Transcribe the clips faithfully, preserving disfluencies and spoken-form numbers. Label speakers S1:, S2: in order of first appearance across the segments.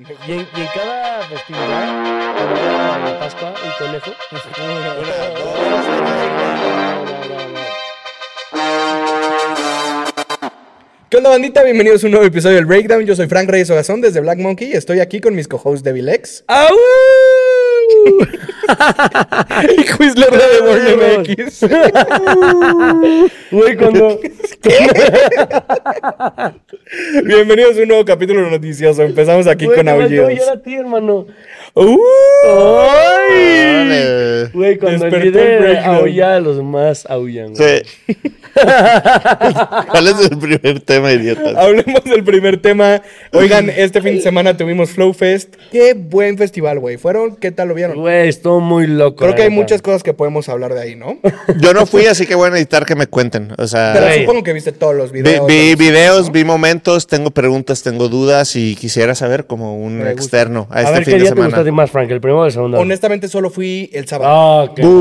S1: Y en, y en cada festividad, cuando era Pascua, un conejo.
S2: ¿Qué onda, bandita? Bienvenidos a un nuevo episodio del Breakdown. Yo soy Frank Reyes Ogazón desde Black Monkey y estoy aquí con mis co-hosts Devil X.
S1: ¡Au!
S2: Y Quizler de Born M X.
S1: Güey, cuando...
S2: Bienvenidos a un nuevo capítulo noticioso. Empezamos aquí
S1: Güey,
S2: con
S1: te faltó
S2: aullidos.
S1: yo a ti, hermano.
S2: ¡Uh!
S1: ¡Ay!
S3: Vale.
S1: Güey, cuando
S2: Despertó
S1: olvidé
S2: el breakdown.
S1: aullar, los demás aullan, güey.
S3: Sí. ¿Cuál es el primer tema, idiotas?
S2: Hablemos del primer tema. Oigan, este fin de semana tuvimos Flow Fest. Qué buen festival, güey. ¿Fueron? ¿Qué tal lo vieron?
S1: Güey, estuvo muy loco.
S2: Creo
S1: la
S2: que hay
S1: neta.
S2: muchas cosas que podemos hablar de ahí, ¿no?
S3: Yo no fui, así que voy a necesitar que me cuenten. O sea,
S2: Pero
S1: Güey.
S2: supongo que viste todos los
S3: vi,
S2: videos.
S3: vi
S2: de los-
S3: videos,
S2: ¿no?
S3: vi momentos, tengo preguntas, tengo dudas y quisiera saber como un
S2: Me gusta.
S3: externo a
S1: A
S3: este
S1: ver,
S3: fin
S1: ¿qué
S3: de
S1: día te gustó a ti
S3: semana.
S1: más, Frank? ¿El primero o el segundo?
S2: Honestamente, solo fui el sábado.
S1: Ah, qué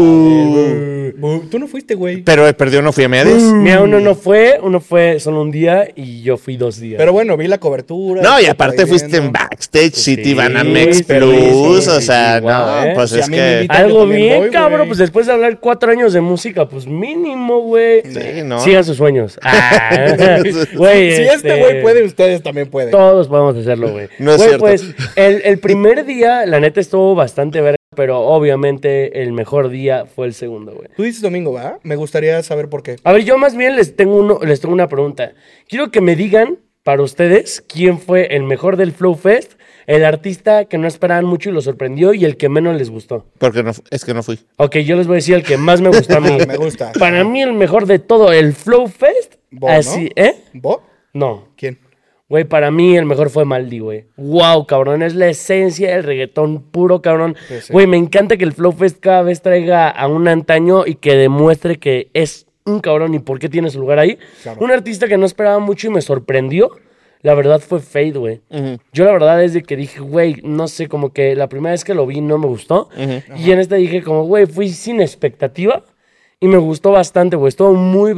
S3: Bú.
S2: Bu- Tú no fuiste, güey.
S3: Pero el perdido no fui a medias.
S1: Mira, uno no fue, uno fue solo un día y yo fui dos días.
S2: Pero bueno, vi la cobertura.
S3: No, y
S2: estuve
S3: aparte
S2: ahí
S3: fuiste
S2: viendo.
S3: en backstage, City,
S1: Sí,
S3: Banamex
S1: pero
S3: Plus,
S1: sí,
S3: o
S1: sí,
S3: sea,
S1: sí, guau,
S3: no,
S1: ¿eh?
S3: pues
S2: Si a
S3: es
S2: mí me
S3: que...
S2: invitan-
S1: Algo
S2: yo también
S1: bien,
S2: voy,
S1: cabrón.
S2: güey.
S1: Pues después de hablar cuatro años de música, pues mínimo, güey.
S3: Sí, ¿no?
S1: Sigan sus sueños. Ah, güey,
S2: Si este güey puede, ustedes también pueden.
S1: Todos podemos hacerlo, güey.
S3: No es
S1: Güey,
S3: cierto.
S1: pues el, el primer día, la neta, estuvo bastante verga, pero obviamente el mejor día fue el segundo, güey.
S2: Tú dices domingo, ¿va? Me gustaría saber por qué.
S1: A ver, yo más bien les tengo, uno, les tengo una pregunta. Quiero que me digan, para ustedes, quién fue el mejor del Flow Fest, el artista que no esperaban mucho y lo sorprendió y el que menos les gustó.
S3: Porque no, es que no fui.
S1: Ok, yo les voy a decir el que más me gustó a mí.
S2: Me gusta.
S1: Para mí el mejor de todo, el Flow Fest,
S2: Bo,
S1: así,
S2: ¿no?
S1: ¿eh?
S2: ¿Bo?
S1: No.
S2: ¿Quién?
S1: Güey, para mí el mejor fue Maldi, güey. Wow, cabrón, es la esencia del reggaetón puro, cabrón.
S2: Sí, sí.
S1: Güey, me encanta que el Flow Fest cada vez traiga a un antaño y que demuestre que es un cabrón y por qué tiene su lugar ahí.
S2: Claro.
S1: Un artista que no esperaba mucho y me sorprendió, la verdad fue Fade, güey.
S3: Ujú.
S1: Yo la verdad es de que dije, güey, no sé, como que la primera vez que lo vi no me gustó. Y en esta dije como, güey, fui sin expectativa y me gustó bastante, güey. Estuvo muy...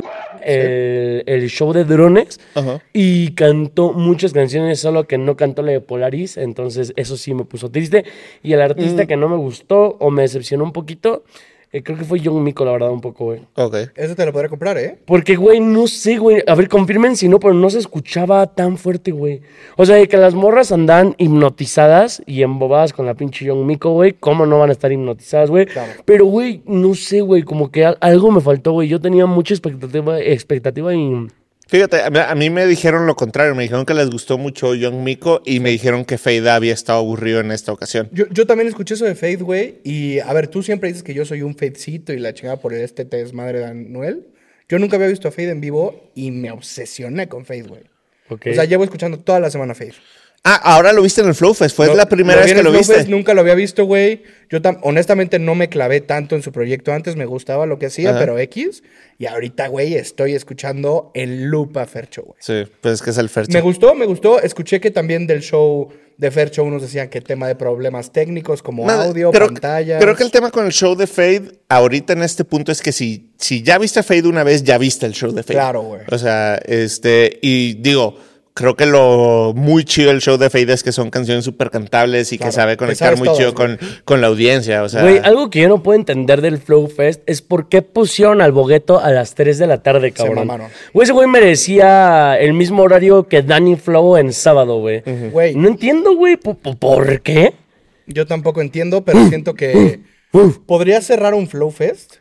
S1: El, el show de drones
S3: Ajá.
S1: y cantó muchas canciones, solo que no cantó la de Polaris, entonces eso sí me puso triste. Y el artista que no me gustó o me decepcionó un poquito, eh, creo que fue Young Miko, la verdad, un poco, güey.
S3: Ok.
S2: Eso te lo podría comprar, ¿eh?
S1: Porque, güey, no sé, güey. A ver, confirmen si no, pero no se escuchaba tan fuerte, güey. O sea, de que las morras andan hipnotizadas y embobadas con la pinche Young Miko, güey. ¿Cómo no van a estar hipnotizadas, güey?
S2: Claro.
S1: Pero, güey, no sé, güey. Como que al- algo me faltó, güey. Yo tenía mucha expectativa, expectativa y...
S3: Fíjate, a mí, a mí me dijeron lo contrario, me dijeron que les gustó mucho Young Miko y me dijeron que Fade había estado aburrido en esta ocasión.
S2: Yo, yo también escuché eso de Fade, güey. Y a ver, tú siempre dices que yo soy un Fadecito y la chingada por el este te desmadre de Anuel. Yo nunca había visto a Fade en vivo y me obsesioné con Fade, güey.
S1: Ok.
S2: O sea, llevo escuchando toda la semana Fade.
S3: Ah, ahora lo viste en el Flow Fest, fue
S2: Lo-
S3: la primera
S2: vi
S3: vez
S2: en
S3: que
S2: el
S3: lo
S2: Flow
S3: viste.
S2: Fest, nunca lo había visto, güey. Yo tam- honestamente no me clavé tanto en su proyecto antes, me gustaba lo que hacía,
S3: Ajá.
S2: pero X. Y ahorita, güey, estoy escuchando en loop a Fercho, güey.
S3: Sí, pues es que es el Fercho.
S2: Me gustó, me gustó. Escuché que también del show de Fercho unos decían que tema de problemas técnicos como
S3: Nada,
S2: audio,
S3: pero
S2: pantallas.
S3: Creo que el tema con el show de Fade, ahorita en este punto, es que si, si ya viste Fade una vez, ya viste el show de Fade.
S2: Claro, güey.
S3: O sea, este, y digo, creo que lo muy chido del show de Fade es que son canciones súper cantables y
S2: Claro,
S3: que sabe
S2: que
S3: conectar
S2: sabes
S3: muy
S2: todas,
S3: chido
S2: güey.
S3: con, con la audiencia. O sea,
S1: Güey, algo que yo no puedo entender del Flow Fest es por qué pusieron al Bogueto a las tres de la tarde, cabrón.
S2: mamaron.
S1: Güey, ese güey merecía el mismo horario que Danny Flow en sábado, güey.
S2: Güey,
S1: No entiendo, güey, ¿por, por- por qué?
S2: yo tampoco entiendo, pero siento que podría cerrar un Flow Fest.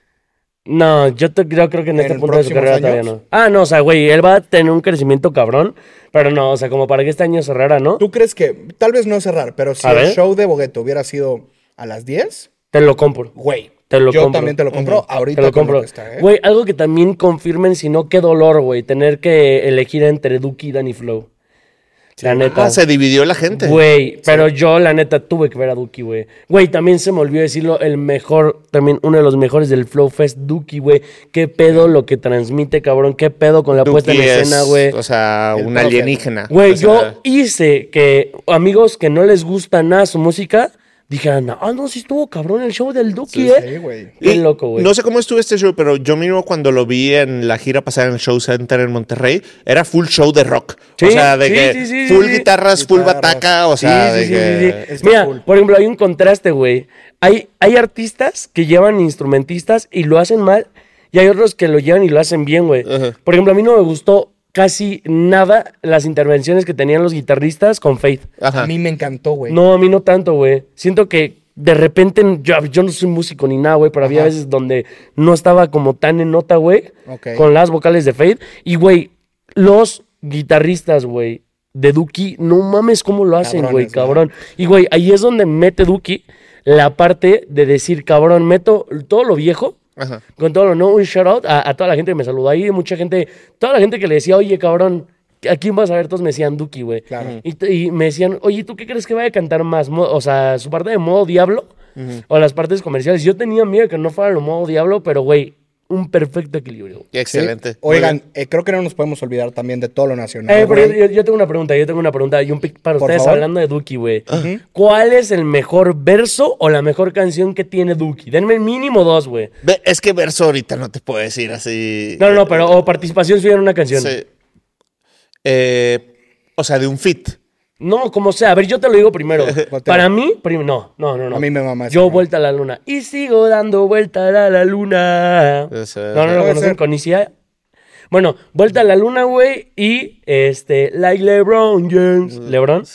S1: No, yo te- creo, creo que en,
S2: ¿En
S1: este punto de su
S2: próximos
S1: carrera todavía
S2: años?
S1: no. Ah, no, o sea, güey, él va a tener un crecimiento cabrón, pero no, o sea, como para que este año cerrara, ¿no?
S2: ¿Tú crees que, tal vez no cerrar, pero si
S1: A
S2: el
S1: ver.
S2: show de Bogueto hubiera sido a las diez,
S1: Te lo compro.
S2: güey,
S1: Te lo
S2: yo
S1: compro.
S2: también te lo compro
S1: Ujú.
S2: ahorita
S1: Te lo
S2: con
S1: compro.
S2: que está, ¿eh?
S1: Güey, algo que también confirmen, si no, qué dolor, güey, tener que elegir entre Duki y Danny Flow. La neta.
S3: ah, se dividió la gente.
S1: Güey, pero yo la neta tuve que ver a Duki, güey. Güey, también se me olvidó decirlo, el mejor, también uno de los mejores del Flow Fest, Duki, güey. Qué pedo lo que transmite, cabrón. Qué pedo con la
S3: Duki
S1: puesta en
S3: es,
S1: escena, güey.
S3: O sea,
S2: El
S3: un
S2: profe.
S3: alienígena.
S1: Güey,
S3: O sea,
S1: yo hice que amigos que no les gusta nada su música dijeran, ah, no, sí estuvo cabrón el show del Duki,
S2: Sí,
S1: ¿eh?
S2: sí, güey.
S1: Qué
S3: Y
S1: loco, güey.
S3: No sé cómo estuvo este show, pero yo mismo cuando lo vi en la gira pasada en el Show Center en Monterrey, era full show de rock.
S1: Sí,
S3: o sea, de
S1: sí,
S3: que
S1: sí, sí,
S3: full
S1: sí.
S3: guitarras, full
S2: Guitarras.
S3: bataca, o
S1: Sí,
S3: sea,
S1: sí,
S3: de
S1: sí,
S3: que...
S1: sí, sí.
S2: está
S1: Mira,
S2: cool.
S1: por ejemplo, hay un contraste, güey. Hay, hay artistas que llevan instrumentistas y lo hacen mal, y hay otros que lo llevan y lo hacen bien, güey.
S3: Ajá.
S1: Por ejemplo, a mí no me gustó casi nada las intervenciones que tenían los guitarristas con Faith.
S3: Ajá.
S2: A mí me encantó, güey.
S1: No, a mí no tanto, güey. Siento que de repente, yo, yo no soy músico ni nada, güey, pero había
S2: Ajá.
S1: veces donde no estaba como tan en nota, güey,
S2: Ok.
S1: con las vocales de Faith. Y, güey, los guitarristas, güey, de Duki, no mames cómo lo hacen, güey,
S2: Cabrones, ¿no?
S1: cabrón. Y, güey, ahí es donde mete Duki la parte de decir, cabrón, meto todo lo viejo.
S3: Ajá.
S1: Con todo lo no, un shout out a, a toda la gente que me saludó ahí, mucha gente, toda la gente que le decía, oye, cabrón, ¿a quién vas a ver? Todos me decían Duki, güey.
S2: Claro.
S1: Y, t- y me decían, oye, ¿tú qué crees que vaya a cantar más? Mo- O sea, su parte de modo diablo o las partes comerciales. Yo tenía miedo que no fuera lo modo diablo, pero, güey, un perfecto equilibrio.
S3: Qué excelente.
S2: Sí.
S3: Muy
S2: Oigan,
S3: bien.
S2: eh, creo que no nos podemos olvidar también de todo lo nacional.
S1: Eh, pero
S2: güey.
S1: yo, yo- yo tengo una pregunta, yo tengo una pregunta y un pick para
S2: Por
S1: ustedes
S2: favor.
S1: hablando de Duki, güey. ¿Cuál es el mejor verso o la mejor canción que tiene Duki? Denme mínimo dos, güey.
S3: Ve, es que verso ahorita no te puedo decir así.
S1: No, no, no, pero o participación suya en una canción.
S3: Sí. Eh, o sea, de un fit.
S1: No, como sea. A ver, yo te lo digo primero.
S2: Boteo.
S1: Para mí, prim- no, no, no, no.
S2: A mí me mama esa,
S1: Yo
S2: ¿no?
S1: vuelta a la luna. Y sigo dando vuelta a la luna.
S3: Ese,
S1: No, no
S3: ese.
S1: lo
S2: Puede
S1: conocen
S2: ser.
S1: con Isia. Bueno, vuelta a la luna, güey. Y este, like LeBron James. ¿LeBron?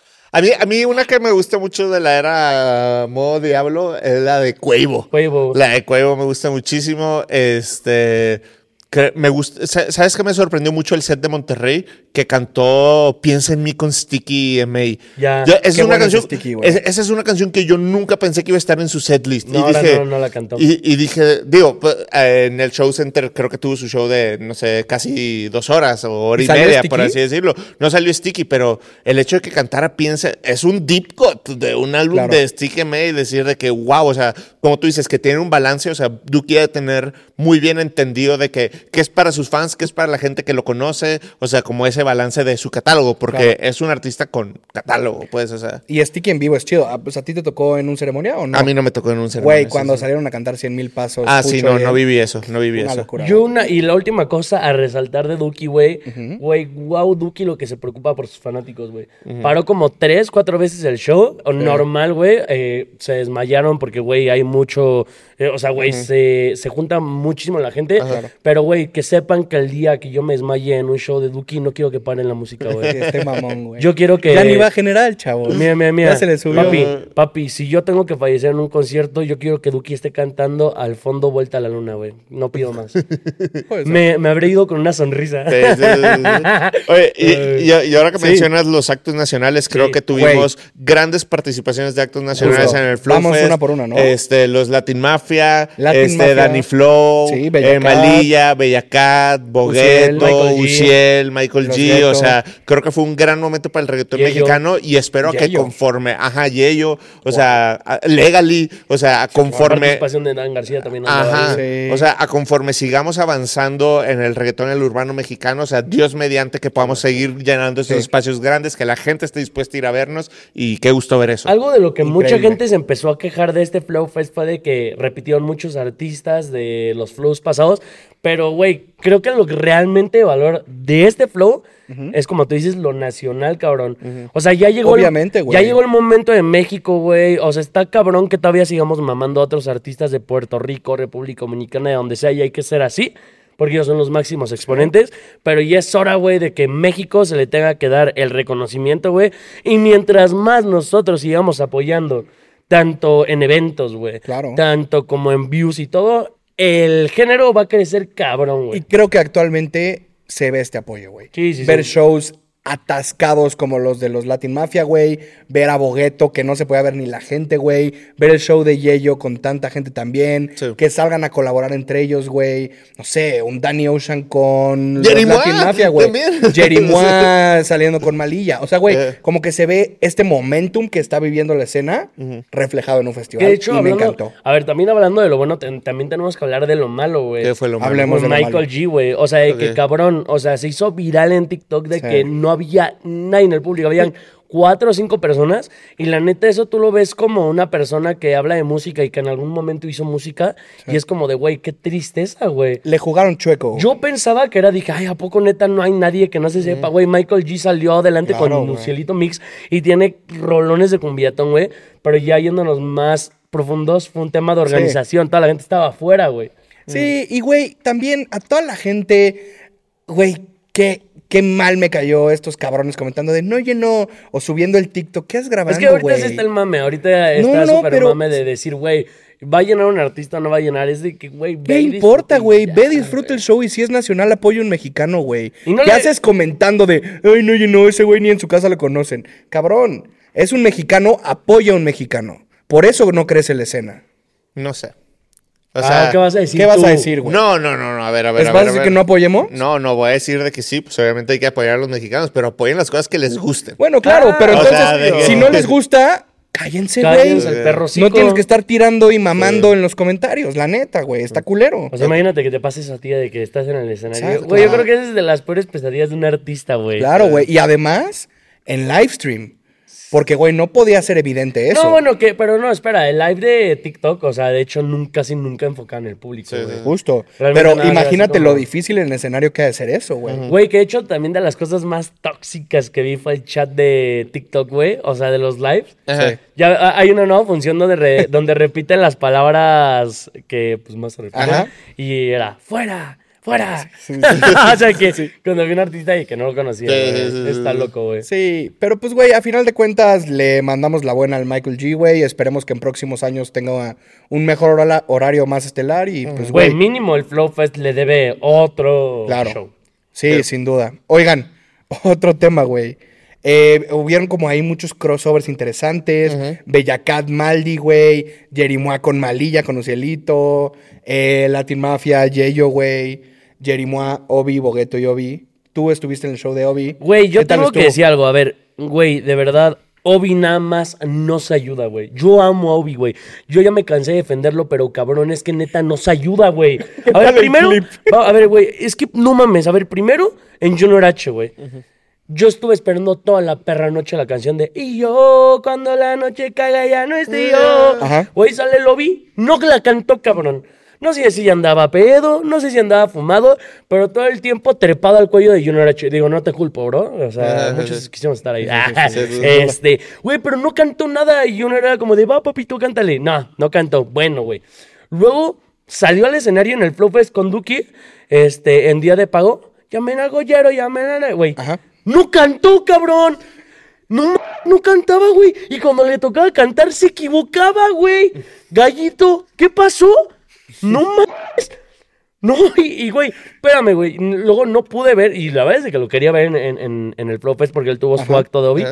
S3: A mí, a mí una que me gusta mucho de la era modo diablo es la de Quavo.
S1: Quavo.
S3: La de Quavo me gusta muchísimo. Este, que me gusta, sa- ¿sabes qué me sorprendió mucho el set de Monterrey? Que cantó Piensa en mí con Sticky M A.
S1: Ya.
S3: Yo- esa es
S2: Qué
S3: una
S2: bueno es
S3: canción,
S2: Sticky, güey.
S3: es- esa es una canción que yo nunca pensé que iba a estar en su setlist.
S1: No,
S3: y
S1: ahora
S3: dije,
S1: no, no la cantó.
S3: Y, y dije, digo, pues, eh, en el Show Center creo que tuvo su show de, no sé, casi dos horas o hora
S2: ¿Y
S3: y,
S2: salió
S3: media,
S2: Sticky?
S3: por así decirlo. No salió Sticky, pero el hecho de que cantara Piensa, es un deep cut de un álbum
S2: Claro.
S3: de Sticky M A y decir de que, wow, o sea, como tú dices, que tiene un balance, o sea, Duki debe tener muy bien entendido de que, que es para sus fans, que es para la gente que lo conoce, o sea, como ese balance de su catálogo, porque
S2: Claro.
S3: es un artista con catálogo, pues, o sea.
S2: Y Sticky en vivo es chido. Ah, pues, ¿a ti te tocó en un ceremonia o no?
S3: A mí no me tocó en un ceremonia.
S2: Güey,
S3: sí,
S2: cuando
S3: sí.
S2: salieron a cantar cien mil pasos.
S3: Ah, sí,
S2: Pucho
S3: no,
S2: y
S3: no
S2: él,
S3: viví eso, no viví
S2: Una
S3: eso.
S2: locura.
S1: Yo
S2: güey.
S1: una, y la última cosa a resaltar de Duki, güey, güey, wow, Duki lo que se preocupa por sus fanáticos, güey. Paró como tres, cuatro veces el show, o normal, güey, eh, se desmayaron porque, güey, hay mucho, eh, o sea, güey, se, se junta muchísimo la gente, pero, güey, que sepan que el día que yo me desmaye en un show de Duki, no quiero que paren la música, güey.
S2: Sí, este mamón, güey.
S1: Yo quiero que...
S2: Ya ni va a general, chavo.
S1: Mira, mira, mira.
S2: Ya se le subió.
S1: Papi, papi, si yo tengo que fallecer en un concierto, yo quiero que Duki esté cantando al fondo Vuelta a la Luna, güey. No pido más.
S2: Puede ser.
S1: me, me habré ido con una sonrisa.
S3: Sí, sí, sí, sí. Oye, y, y- y ahora que
S1: Sí.
S3: mencionas los actos nacionales, creo
S1: Sí.
S3: que tuvimos grandes participaciones de actos nacionales
S2: Justo.
S3: en el Flow
S2: Vamos
S3: Fest.
S2: una por una, ¿no?
S3: Este, los Latin Mafia,
S2: Latin
S3: este,
S2: Mafia.
S3: Danny Flow,
S2: Sí, Bella
S3: eh,
S2: Cat.
S3: Malilla, Bella Cat, Bogueto,
S1: Michael G.
S3: Uciel, Michael
S2: Los
S3: G.
S2: Ghetto.
S3: O sea, creo que fue un gran momento para el reggaetón
S1: Yayo.
S3: mexicano y espero que
S2: Yayo.
S3: conforme, ajá, Yeyo, o sea, a- Legally, o sea, conforme...
S1: Participación de Dan García también. andaba
S3: Ajá.
S1: ahí.
S2: Sí.
S3: O sea, a conforme sigamos avanzando en el reggaetón, en el urbano mexicano, o sea, Dios mediante que podamos seguir llenando estos
S2: Sí.
S3: espacios grandes, que la gente esté dispuesta a ir a vernos y qué gusto ver eso.
S1: Algo de lo que mucha
S2: Increíble.
S1: gente se empezó a quejar de este Flow Fest fue de que repitieron muchos artistas de los flows pasados. Pero, güey, creo que lo que realmente valor de este flow es, como tú dices, lo nacional, cabrón. O sea, ya llegó. el-
S2: Obviamente, güey.
S1: Ya llegó el momento de México, güey. O sea, está cabrón que todavía sigamos mamando a otros artistas de Puerto Rico, República Dominicana, de donde sea, y hay que ser así. Porque ellos son los máximos exponentes. Pero ya es hora, güey, de que México se le tenga que dar el reconocimiento, güey. Y mientras más nosotros sigamos apoyando, tanto en eventos, güey,
S2: Claro.
S1: tanto como en views y todo, el género va a crecer cabrón,
S2: Y
S1: güey.
S2: creo que actualmente se ve este apoyo, güey.
S1: Sí, sí,
S2: Ver
S1: sí.
S2: shows atascados como los de los Latin Mafia, güey. Ver a Bogueto, que no se puede ver ni la gente, güey. Ver el show de Yeyo con tanta gente también.
S3: Sí.
S2: Que salgan a colaborar entre ellos, güey. No sé, un Danny Ocean con los
S3: Jerry
S2: Latin
S3: Mois,
S2: Mafia, güey.
S3: también.
S2: Jerry Mois saliendo con Malilla. O sea, güey,
S3: Eh.
S2: como que se ve este momentum que está viviendo la escena reflejado en un festival.
S1: Que de hecho,
S2: y me
S1: hablando,
S2: encantó.
S1: a ver, también hablando de lo bueno, ten- también tenemos que hablar de lo malo, güey.
S3: ¿Qué fue lo malo?
S2: Hablemos
S1: Con
S2: de lo
S1: Michael
S2: malo.
S1: G, güey. O sea, de que
S3: Ok.
S1: cabrón, o sea, se hizo viral en TikTok de
S2: Sí.
S1: que no había nadie en el público, habían cuatro o cinco personas, y la neta eso tú lo ves como una persona que habla de música y que en algún momento hizo música, sí. y es como de, güey, qué tristeza, güey.
S2: Le jugaron chueco.
S1: Yo pensaba que era, dije, ay, ¿a poco neta no hay nadie que no se sepa, güey? Mm. Michael G salió adelante claro, con Lucielito Mix y tiene rolones de cumbiatón, güey, pero ya yéndonos más profundos, fue un tema de organización, sí. toda la gente estaba afuera, güey.
S2: Sí, y güey, también a toda la gente, güey, que... Qué mal me cayó estos cabrones comentando de no llenó o subiendo el TikTok. ¿Qué has grabando, güey?
S1: Es que ahorita sí está el mame. Ahorita está súper no, no, pero... mame de decir, güey, ¿va a llenar un artista o no va a llenar? Es de que, güey, ve.
S2: ¿Qué importa, güey? Ve, disfruta el show y si es nacional, apoya un mexicano, güey. No ¿Qué le... haces comentando de, ay, no llenó ese güey ni en su casa lo conocen? Cabrón, es un mexicano, apoya a un mexicano. Por eso no crece la escena.
S3: No sé.
S1: O sea, ah, ¿qué vas a decir?
S2: ¿Qué vas a decir, güey?
S3: No, no, no, no, a ver, a ver.
S2: ¿Les vas a decir que no apoyemos?
S3: No, no, voy a decir de que sí, pues obviamente hay que apoyar a los mexicanos, pero apoyen las cosas que les gusten.
S2: Bueno, claro, ah, pero entonces, sea, si no les gusta, cállense, güey. El perro no tienes que estar tirando y mamando sí. en los comentarios, la neta, güey, está culero.
S1: O sea, imagínate que te pases esa tía de que estás en el escenario. Güey, yo creo que esa es de las peores pesadillas de un artista, güey.
S2: Claro, güey, y además, en live stream. Porque, güey, no podía ser evidente eso.
S1: No, bueno, que, pero no, espera, el live de TikTok, o sea, de hecho, nunca, casi nunca enfocaba en el público, güey.
S2: Sí, justo. Realmente pero imagínate como... lo difícil en el escenario que ha de ser eso, güey.
S1: Güey, uh-huh. que de hecho, también de las cosas más tóxicas que vi fue el chat de TikTok, güey, o sea, de los lives.
S3: Uh-huh.
S1: Ya hay una nueva función donde, re, donde repiten las palabras que, pues, más se repiten. Ajá. Y era, ¡fuera! ¡Fuera! Sí, sí, sí. O sea, que sí. cuando vi un artista y que no lo conocía, sí, sí, sí, está loco, güey.
S2: Sí, pero pues, güey, a final de cuentas le mandamos la buena al Michael G, güey. Esperemos que en próximos años tenga un mejor hora- horario más estelar y pues, güey.
S1: Güey, mínimo el Flow Fest le debe otro
S2: claro.
S1: show.
S2: Sí, pero... sin duda. Oigan, otro tema, güey. Eh, hubieron como ahí muchos crossovers interesantes. Uh-huh. Bellacat Maldi, güey. Jerimois con Malilla, con Ucielito. Eh, Latin Mafia, Yeyo, güey. Jerimois, Obi, Bogueto y Obi. Tú estuviste en el show de Obi.
S1: Güey, yo tengo que decir algo. A ver, güey, de verdad, Obi nada más no se ayuda, güey. Yo amo a Obi, güey. Yo ya me cansé de defenderlo, pero cabrón, es que neta no se ayuda, güey. A ver, primero... Va, a ver, güey, es que no mames. A ver, primero en Junior H, güey. Uh-huh. Yo estuve esperando toda la perra noche la canción de Y yo, cuando la noche caiga ya no estoy yo.
S2: Ajá.
S1: Güey, sale el Obi, no la cantó, cabrón. No sé si andaba pedo, no sé si andaba fumado, pero todo el tiempo trepado al cuello de Junior H. Digo, no te culpo, bro. O sea, muchos sí. quisimos estar ahí. Sí, sí, sí, este, güey, pero no cantó nada y Junior era como de, va, papito, cántale. No, no cantó. Bueno, güey. Luego salió al escenario en el Flow Fest con Duki, este, en día de pago. Llamen al Goyero, llamen a... Güey. Ajá. ¡No cantó, cabrón! No, no cantaba, güey. Y cuando le tocaba cantar, se equivocaba, güey. Gallito, ¿qué pasó? No mames. No, y, y, güey, espérame, güey. Luego no pude ver, y la verdad es que lo quería ver en, en, en el Flow Fest porque él tuvo su Ajá. acto de Obi. Ajá.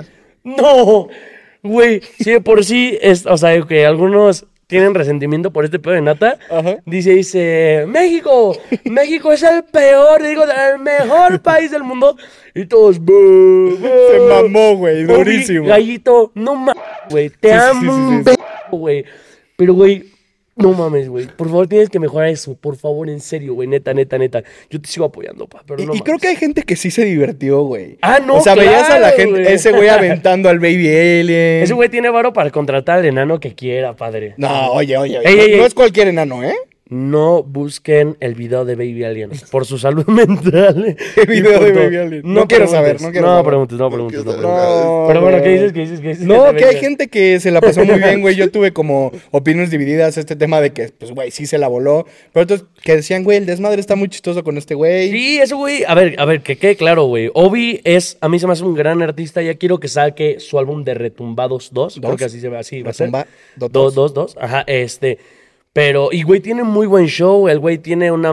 S1: No, güey. Sí, de por sí, es, o sea, que algunos... tienen resentimiento por este pedo de Nata. Ajá. Dice, dice, México, México es el peor, digo, el mejor país del mundo. Y todos, buh, buh.
S2: Se mamó, güey, durísimo.
S1: Gallito, no mames, güey, te sí, amo, sí, sí, sí. güey. Pero, güey, no mames, güey. Por favor, tienes que mejorar eso. Por favor, en serio, güey. Neta, neta, neta. Yo te sigo apoyando, pa. Pero
S2: y,
S1: no
S2: y creo que hay gente que sí se divirtió, güey.
S1: Ah, no,
S2: O sea,
S1: claro,
S2: veías a la gente,
S1: güey.
S2: ese güey aventando al Baby Alien.
S1: Ese güey tiene varo para contratar al enano que quiera, padre.
S2: No, oye, oye. oye.
S1: Ey,
S2: no,
S1: ey,
S2: no
S1: ey.
S2: es cualquier enano, ¿eh?
S1: No busquen el video de Baby Alien por su salud mental.
S2: El video de Baby Alien. No, no quiero saber, no quiero
S1: no
S2: saber.
S1: Preguntes, no preguntes, no preguntes.
S2: No,
S1: Pero bueno, ¿qué dices? ¿Qué dices? ¿Qué dices?
S2: No, que hay gente que se la pasó muy bien, güey. Yo tuve como opiniones divididas este tema de que, pues, güey, sí se la voló. Pero otros que decían, güey, el desmadre está muy chistoso con este güey.
S1: Sí, eso, güey. A ver, a ver, que quede claro, güey. Obi es, a mí se me hace un gran artista. Ya quiero que saque su álbum de Retumbados dos. Porque así se ve, así va a ser. Dos, dos, dos. Ajá, este... Pero, y güey, tiene muy buen show. El güey tiene una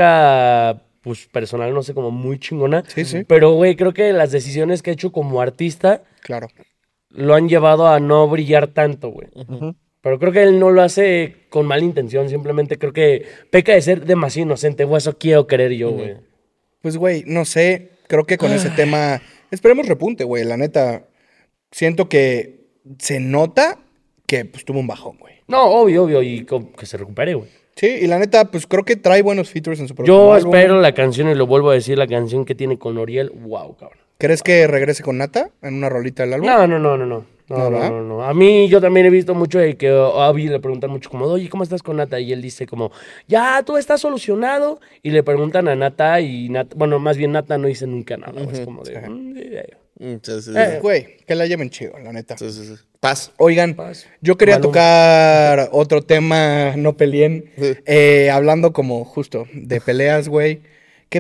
S1: marca, pues, personal, no sé, como muy chingona.
S2: Sí, sí.
S1: Pero, güey, creo que las decisiones que ha hecho como artista...
S2: Claro.
S1: Lo han llevado a no brillar tanto, güey. Uh-huh. Pero creo que él no lo hace con mala intención. Simplemente creo que peca de ser demasiado inocente. O eso quiero creer yo, güey. Uh-huh.
S2: Pues, güey, no sé. Creo que con ese tema... Esperemos repunte, güey. La neta, siento que se nota que, pues, tuvo un bajón, güey.
S1: No, obvio, obvio, y que se recupere, güey.
S2: Sí, y la neta, pues creo que trae buenos features en su próximo
S1: Yo
S2: álbum.
S1: espero la canción, y lo vuelvo a decir, la canción que tiene con Oriel, wow, cabrón.
S2: ¿Crees que regrese con Nata en una rolita del álbum?
S1: No, no, no, no, no. No,
S2: No,
S1: no,
S2: ¿verdad?
S1: no, no. A mí yo también he visto mucho de que a Abby le preguntan mucho como, oye, ¿cómo estás con Nata? Y él dice como, ya, todo está solucionado. Y le preguntan a Nata y Nata, bueno, más bien Nata no dice nunca nada. güey. Es como de, "Mm, eh, eh".
S3: Mm, sí, sí, sí.
S2: Eh, Güey, que la lleven chido, la neta.
S3: Sí, sí, sí. Paz.
S2: Oigan,
S1: Paz.
S2: yo quería
S1: Maluma.
S2: tocar otro tema, no peleen,
S3: Sí.
S2: eh, hablando como justo de peleas, güey. ¿Qué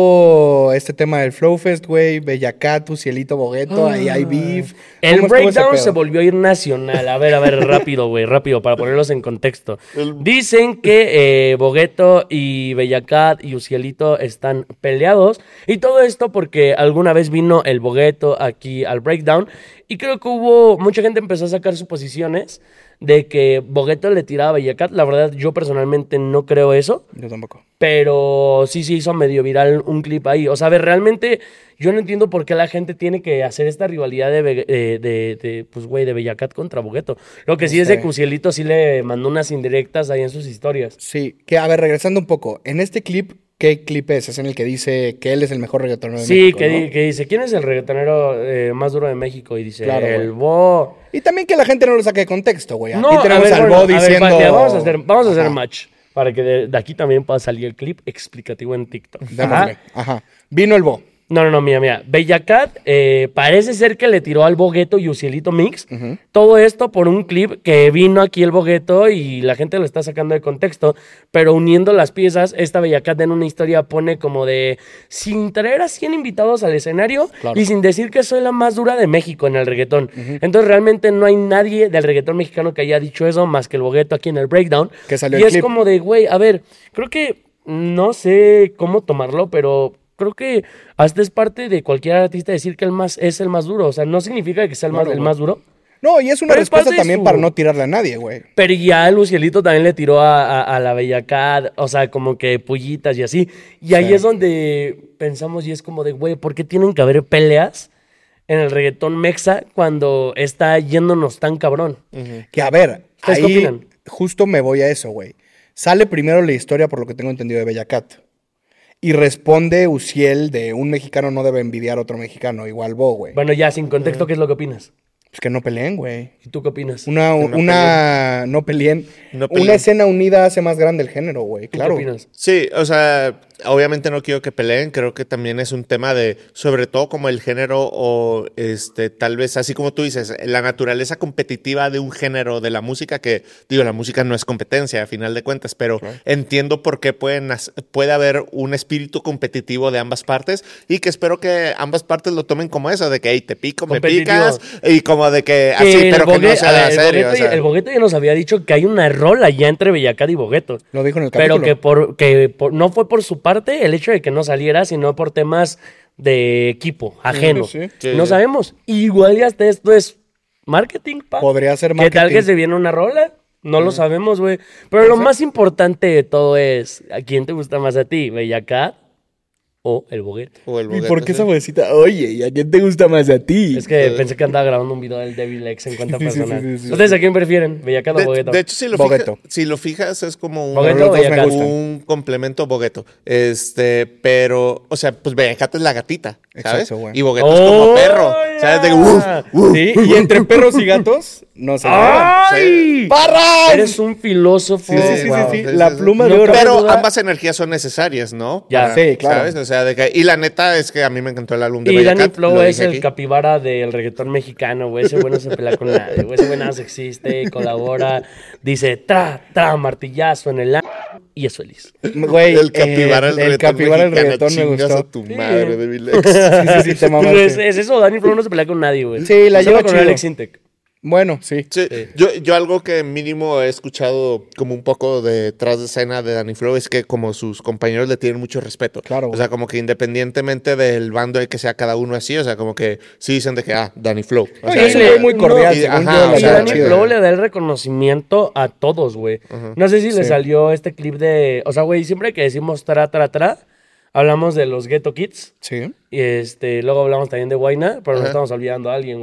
S2: pedo este tema del Flow Fest, güey? Bellacat, Cielito Bogueto, ahí hay beef.
S1: El
S2: ¿Cómo estuvo ese
S1: breakdown
S2: pedo?
S1: se volvió a ir nacional. A ver, a ver, rápido, güey, rápido, para ponerlos en contexto.
S3: El-
S1: Dicen que eh, Bogueto y Bellacat y Ucielito están peleados. Y todo esto porque alguna vez vino el Bogueto aquí al breakdown. Y creo que hubo, mucha gente empezó a sacar suposiciones de que Bogueto le tiraba a Bellacat. La verdad, yo personalmente no creo eso.
S2: Yo tampoco.
S1: Pero sí se hizo medio viral un clip ahí. O sea, a ver, realmente yo no entiendo por qué la gente tiene que hacer esta rivalidad de, Be- de, de, de, pues, güey, de Bellacat contra Bogueto. Lo que sí
S2: No
S1: es de
S2: sé.
S1: que Ucielito sí le mandó unas indirectas ahí en sus historias.
S2: Sí, que a ver, regresando un poco. En este clip, ¿qué clip es? Es en el que dice que él es el mejor reggaetonero de
S1: Sí,
S2: México,
S1: que,
S2: ¿no?
S1: di- que dice, ¿quién es el reggaetonero eh, más duro de México? Y dice,
S2: Claro,
S1: el
S2: güey.
S1: Bo...
S2: Y también que la gente no lo saque de contexto, güey. Aquí
S1: No,
S2: tenemos
S1: a ver,
S2: al
S1: bueno,
S2: Bo
S1: a ver,
S2: diciendo...
S1: pa- mira, vamos a hacer, vamos a hacer
S2: Ajá,
S1: match. Para que de, de aquí también pueda salir el clip explicativo en TikTok. Ajá.
S2: démosle. Ajá. Vino el Bo.
S1: No, no, no, mira, mira. Bellacat eh, parece ser que le tiró al Bogueto y Ucielito Mix.
S2: Ujú.
S1: Todo esto por un clip que vino aquí el Bogueto y la gente lo está sacando de contexto. Pero uniendo las piezas, esta Bellacat en una historia pone como de... Sin traer a cien invitados al escenario
S2: Claro.
S1: y sin decir que soy la más dura de México en el reggaetón. Entonces realmente no hay nadie del reggaetón mexicano que haya dicho eso más que el Bogueto aquí en el breakdown.
S2: Que salió
S1: y
S2: el
S1: es
S2: clip.
S1: como de, güey, a ver, creo que no sé cómo tomarlo, pero creo que hasta es parte de cualquier artista decir que el más es el más duro. O sea, no significa que sea el,
S2: Claro,
S1: más, el
S2: güey.
S1: más duro.
S2: No, y es una
S1: Pero es
S2: respuesta
S1: parte de
S2: también
S1: su-
S2: para no tirarle a nadie, güey.
S1: Pero ya Lucielito también le tiró a, a- a la Bellacat, o sea, como que pullitas y así. Y ahí
S2: Sí.
S1: es donde pensamos y es como de, güey, ¿por qué tienen que haber peleas en el reggaetón mexa cuando está yéndonos tan cabrón?
S2: Que a ver,
S1: ¿Ustedes qué
S2: ahí
S1: opinan?
S2: justo me voy a eso, güey. Sale primero la historia, por lo que tengo entendido, de Bellacat. Y responde Uciel de un mexicano no debe envidiar a otro mexicano, igual Bo, güey.
S1: Bueno, ya sin contexto, ¿qué es lo que opinas?
S2: Pues que no peleen, güey.
S1: ¿Y tú qué opinas?
S2: Una,
S3: Que no
S2: una, no peleen.
S3: No peleen.
S2: Una escena unida hace más grande el género, güey,
S1: ¿Tú
S2: claro.
S1: qué opinas?
S3: Sí, o sea, obviamente no quiero que peleen, creo que también es un tema de, sobre todo como el género o este, tal vez así como tú dices, la naturaleza competitiva de un género de la música, que digo, la música no es competencia a final de cuentas, pero entiendo por qué pueden, hac- puede haber un espíritu competitivo de ambas partes y que espero que ambas partes lo tomen como eso, de que hey, te pico, me
S1: Competitivo.
S3: picas y como de que
S1: Que
S3: así,
S1: el
S3: pero que no
S1: Bogue- a
S3: sea
S1: ver, el
S3: serio.
S1: Bogueto
S3: o sea.
S1: ya- el Bogueto ya nos había dicho que hay una rola ya entre Bellacat y Bogueto.
S2: Lo dijo en el
S1: Pero
S2: capítulo.
S1: que, por, que por- no fue por su parte el hecho de que no saliera, sino por temas de equipo, ajeno.
S2: sí.
S3: Sí.
S1: No sabemos. Igual ya hasta esto es marketing, pa.
S2: Podría ser
S1: ¿Qué tal
S2: marketing.
S1: que se viene una rola? No lo sabemos, güey. Pero lo más importante de todo es, ¿a quién te gusta más a ti? ¿Bellacat o el Bogueto?
S3: O el
S2: ¿Y
S3: Bogueto,
S2: por qué
S3: sí.
S2: esa vocecita? Oye, ¿y a quién te gusta más a ti?
S1: Es que pensé que andaba grabando un video del Devil X en cuenta
S2: Sí, sí,
S1: personal.
S2: sí, sí, sí.
S1: ¿Ustedes a quién prefieren? ¿Bellacat o
S3: De,
S1: Bogueto?
S3: de hecho, si lo,
S2: Bogueto.
S3: fija- si lo fijas, es como un,
S1: Bogueto
S2: Los
S1: o
S2: dos me
S1: Bellacat.
S2: gustan.
S3: un complemento Bogueto. Este, pero, o sea, pues Bellacat es la gatita, ¿sabes?
S2: Exacto, güey.
S3: Y Bogueto es como
S1: ¡Oh,
S3: perro, ¿sabes? De que, uf,
S1: ya!
S3: uf.
S2: Sí, y entre perros y gatos, no se llevan.
S1: ¡Ay!
S2: ¡Parras!
S1: Eres un filósofo.
S2: Sí, sí, sí, sí,
S3: Wow.
S2: sí.
S3: Sí,
S2: La
S3: sí, sí.
S2: pluma de
S1: No,
S2: oro.
S3: Pero
S1: duda-
S3: ambas energías son necesarias, ¿no?
S1: Ya.
S2: Sí, claro.
S3: ¿Sabes? O sea, de que, y la neta es que a mí me encantó el álbum de
S1: Y
S3: Bellacat.
S1: Danny Flow
S3: lo
S1: es
S3: dije
S1: el
S3: aquí.
S1: capibara del reggaetón mexicano, güey. Ese güey no se pelea con nadie, güey. Ese güey nada más existe, colabora, dice tra, tra, martillazo en el a y es feliz.
S2: Güey,
S3: El capibara
S2: eh,
S3: del
S2: el
S3: reggaetón
S2: capibara del
S3: mexicano,
S2: reggaetón me
S3: chingas
S2: gustó.
S3: a tu madre, de Bilex.
S2: Sí, sí, sí, te
S1: Pero
S2: mamaste.
S1: es, es eso, Danny Flow no se pelea con nadie, güey.
S2: Sí, la
S1: Solo
S2: lleva
S1: con
S2: chido.
S1: Alex Intec.
S2: Bueno, sí.
S3: Sí, Yo, yo algo que mínimo he escuchado como un poco detrás de escena de Danny Flow es que como sus compañeros le tienen mucho respeto.
S2: Claro,
S3: O sea, como que independientemente del bando de que sea cada uno así, o sea, como que sí dicen de que, ah, Danny Flow. O
S2: No,
S3: sea,
S2: y es un
S1: le-
S2: güey muy cordial,
S3: no,
S2: según
S3: ajá,
S2: yo,
S3: o
S2: la
S1: Y
S3: sea,
S2: lleva
S1: Danny
S2: chido.
S1: Flow le da el reconocimiento a todos, güey. No sé si le
S2: Sí.
S1: salió este clip de... O sea, güey, siempre que decimos tra, tra, tra, hablamos de los Ghetto Kids.
S2: Sí.
S1: Y este, luego hablamos también de Guayna, pero nos
S3: Ajá.
S1: estamos olvidando a alguien, güey.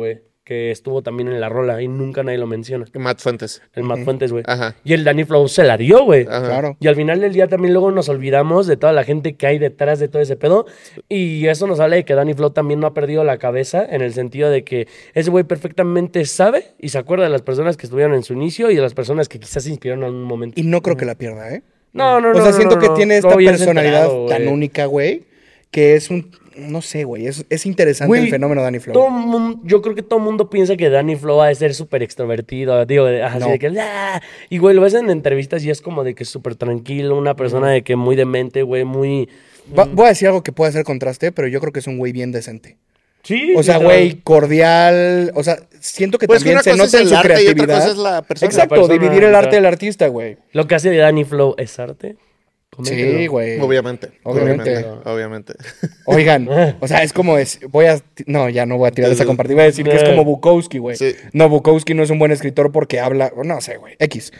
S1: que estuvo también en la rola y nunca nadie lo menciona.
S3: Matt Fuentes.
S1: El Matt Fuentes, güey.
S3: Ajá.
S1: Y el Danny Flow se la dio, güey.
S3: Ajá.
S2: Claro.
S1: Y al final del día también luego nos olvidamos de toda la gente que hay detrás de todo ese pedo. Y eso nos habla de que Danny Flow también no ha perdido la cabeza en el sentido de que ese güey perfectamente sabe y se acuerda de las personas que estuvieron en su inicio y de las personas que quizás se inspiraron en un momento.
S2: Y no creo que la pierda, ¿eh?
S1: No, no, no.
S2: O sea,
S1: no,
S2: siento
S1: no,
S2: que
S1: no.
S2: tiene
S1: Lo
S2: esta
S1: habías
S2: personalidad
S1: enterado,
S2: tan
S1: güey.
S2: única, güey, que es un... No sé, güey. Es, es interesante
S1: Güey,
S2: el fenómeno Danny Flow.
S1: Todo mundo, yo creo que todo el mundo piensa que Danny Flow ha de ser súper extrovertido, digo, de- así
S2: No.
S1: de que... "Ah". Y, güey, lo ves en entrevistas y es como de que es súper tranquilo, una persona de que muy demente, güey, muy...
S2: Va- voy a decir algo que puede hacer contraste, pero yo creo que es un güey bien decente.
S1: Sí.
S2: O sea,
S1: literal.
S2: güey, cordial. O sea, siento que
S3: Pues que
S2: también
S3: una
S2: se
S3: cosa
S2: nota
S3: es
S2: en
S3: el
S2: su
S3: arte y otra
S2: creatividad.
S3: cosa es la persona.
S2: Exacto,
S1: La persona,
S2: dividir el arte
S1: literal.
S2: del artista, güey.
S1: Lo que hace de Danny Flow es arte.
S2: Sí,
S1: Coméntenlo.
S2: güey.
S3: Obviamente.
S2: Obviamente.
S3: Obviamente. obviamente.
S2: Oigan, o sea, es como es. Voy a. No, ya no voy a tirar esa compartida. Voy a decir que es
S1: Eh.
S2: como Bukowski, güey.
S3: Sí.
S2: No, Bukowski no es un buen escritor porque habla. No sé, güey. X.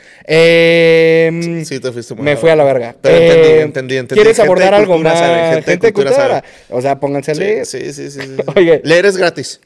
S2: Eh,
S3: Sí, te fuiste muy
S2: Me
S3: abajo.
S2: fui a la verga.
S3: Pero entendí,
S2: Eh,
S3: entendí, entendí.
S2: ¿Quieres
S3: Gente
S2: abordar
S3: de
S2: algo
S3: cultura
S2: más?
S3: sabe, gente de cultura sabe.
S2: O sea, pónganse a leer.
S3: Sí, sí, sí, sí, sí.
S2: Oye.
S3: Leer es gratis.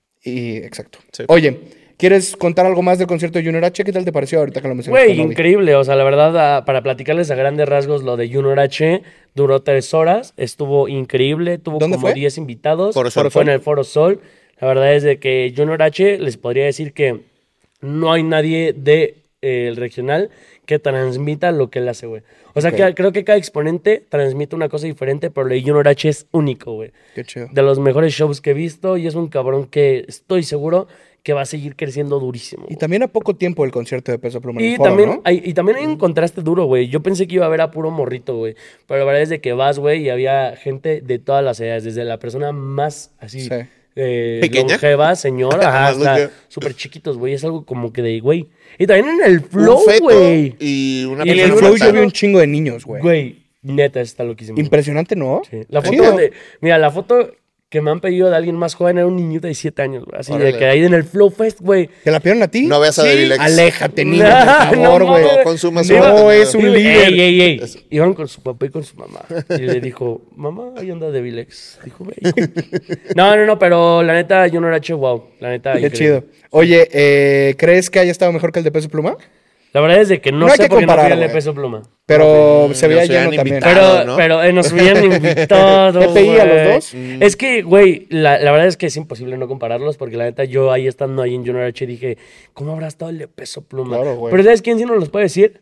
S2: Y exacto.
S3: Sí.
S2: Oye, ¿quieres contar algo más del concierto de Junior H? ¿Qué tal te pareció ahorita que lo mencionaste?
S1: Güey,
S2: con Obi?
S1: increíble. O sea, la verdad, a- para platicarles a grandes rasgos, lo de Junior H duró tres horas. Estuvo increíble. Tuvo
S2: ¿Dónde
S1: como
S2: fue?
S1: diez invitados.
S3: Foro Sol.
S1: Fue en el Foro Sol. La verdad es de que Junior H les podría decir que no hay nadie de eh, el regional que transmita lo que él hace, güey. O sea,
S2: Ok.
S1: que creo que cada exponente transmite una cosa diferente, pero lo de Junior H es único, güey.
S2: Qué chido.
S1: De los mejores shows que he visto y es un cabrón que estoy seguro que va a seguir creciendo durísimo.
S2: Y
S1: güey.
S2: también a poco tiempo el concierto de Peso Pluma en el
S1: Y
S2: Foro,
S1: también,
S2: ¿no?
S1: hay, y también hay un contraste duro, güey. Yo pensé que iba a haber a puro morrito, güey. Pero la verdad es de que vas, güey, y había gente de todas las edades. Desde la persona más así
S2: Sí.
S1: eh,
S3: ¿Pequeña?
S1: longeva, señora, ajá,
S3: Más
S1: hasta
S3: longeva.
S1: súper chiquitos, güey. Es algo como que de, güey. Y también en el flow,
S3: Un feto
S1: güey.
S3: y una
S1: Y
S2: En
S1: el
S2: el
S3: persona
S2: flow
S3: avanzada.
S2: yo vi un chingo de niños, güey.
S1: Güey, neta, está loquísimo.
S2: Impresionante, ¿no?
S1: Sí. La foto
S2: Chido.
S1: donde, mira, la foto que me han pedido de alguien más joven era un niñito de siete años, güey. Así
S3: Órale.
S1: de que ahí en el Flow Fest, güey.
S2: ¿Te la pidieron a ti?
S3: No veas a
S1: Sí.
S3: Devilex.
S2: Aléjate, niño,
S1: No,
S2: por favor,
S1: no
S2: güey.
S1: mames.
S3: No consumas
S2: No,
S3: su contenido.
S2: es un
S1: Ey,
S2: líder.
S1: Ey, ey, ey. Iban con su papá y con su mamá. Y le dijo, mamá, ahí anda Devilex. Dijo, ve. No, no, no, pero la neta, Junior H, wow. La neta,
S2: Qué
S1: increíble.
S2: chido. Oye, eh, ¿crees que haya estado mejor que el de Peso Pluma?
S1: La verdad es de que no,
S2: No hay
S1: sé
S2: que
S1: por qué no
S2: comparar,
S1: fui al de
S2: güey.
S1: Peso Pluma.
S2: Pero se veía
S3: nos hubieran
S2: lleno también.
S3: invitado.
S1: Pero,
S3: ¿no?
S1: pero eh, nos hubieran invitado.
S2: F I a los
S1: güey.
S2: dos.
S1: Es que, güey, la, la verdad es que es imposible no compararlos porque la neta, yo ahí estando ahí en Junior H dije, ¿cómo habrá estado el de Peso Pluma?
S2: Claro, güey.
S1: Pero ¿sabes quién sí nos los puede decir?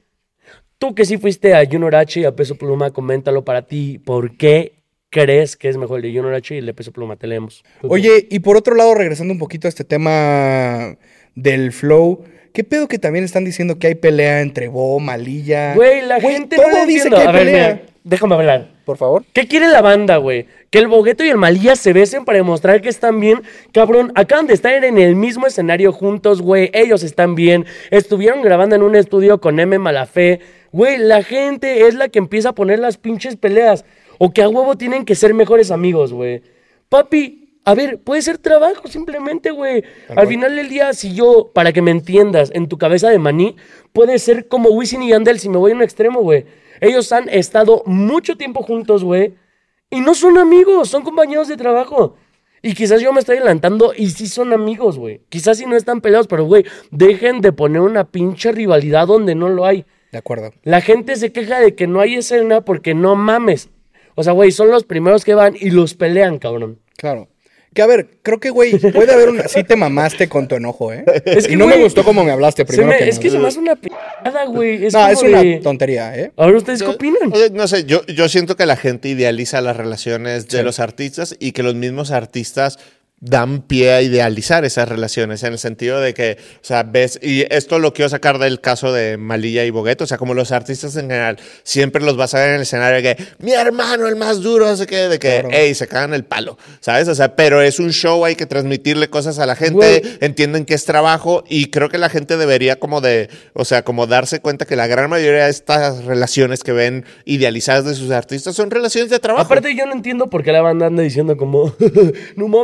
S1: Tú que sí fuiste a Junior H y a Peso Pluma, coméntalo para ti. ¿Por qué crees que es mejor el de Junior H y el de Peso Pluma? Te leemos.
S2: Oye, y por otro lado, regresando un poquito a este tema del flow, ¿qué pedo que también están diciendo que hay pelea entre Bo, Malilla?
S1: Güey, la gente
S2: todo
S1: no le
S2: dice
S1: entiendo.
S2: que hay
S1: A ver,
S2: pelea.
S1: mira, déjame hablar.
S2: Por favor.
S1: ¿Qué quiere la banda, güey? Que el Bogueto y el Malilla se besen para demostrar que están bien. Cabrón, acaban de estar en el mismo escenario juntos, güey. Ellos están bien. Estuvieron grabando en un estudio con M. Malafé. Güey, la gente es la que empieza a poner las pinches peleas. O que a huevo tienen que ser mejores amigos, güey. Papi, a ver, puede ser trabajo simplemente, güey. Al final del día, si yo, para que me entiendas, en tu cabeza de maní, puede ser como Wisin y Yandel si me voy a un extremo, güey. Ellos han estado mucho tiempo juntos, güey. Y no son amigos, son compañeros de trabajo. Y quizás yo me estoy adelantando y sí son amigos, güey. Quizás sí no están peleados, pero, güey, dejen de poner una pinche rivalidad donde no lo hay.
S2: De acuerdo.
S1: La gente se queja de que no hay escena porque no mames. O sea, güey, son los primeros que van y los pelean, cabrón.
S2: Claro. Que a ver, creo que, güey, puede haber una... Sí te mamaste con tu enojo, ¿eh?
S1: Es que,
S2: y no me
S1: güey,
S2: gustó cómo me hablaste
S1: Se
S2: primero
S1: me-
S2: que
S1: es
S2: no.
S1: que se me hace una picada, güey. Es
S2: No,
S1: como
S2: es una
S1: de-
S2: tontería, ¿eh?
S1: Ahora, ¿ustedes qué opinan?
S3: Oye, no sé, yo, yo siento que la gente idealiza las relaciones de
S2: Sí.
S3: los artistas y que los mismos artistas dan pie a idealizar esas relaciones, en el sentido de que, o sea, ves, y esto lo quiero sacar del caso de Malilla y Bogueto, o sea, como los artistas en general, siempre los vas a ver en el escenario de que, mi hermano, el más duro, no sé qué, de que,
S2: Claro.
S3: hey, se cagan el palo, ¿sabes? O sea, pero es un show, hay que transmitirle cosas a la gente,
S1: Güey.
S3: entienden que es trabajo, y creo que la gente debería como de, o sea, como darse cuenta que la gran mayoría de estas relaciones que ven idealizadas de sus artistas son relaciones de trabajo.
S1: Aparte, yo no entiendo por qué la banda anda diciendo como, no mames,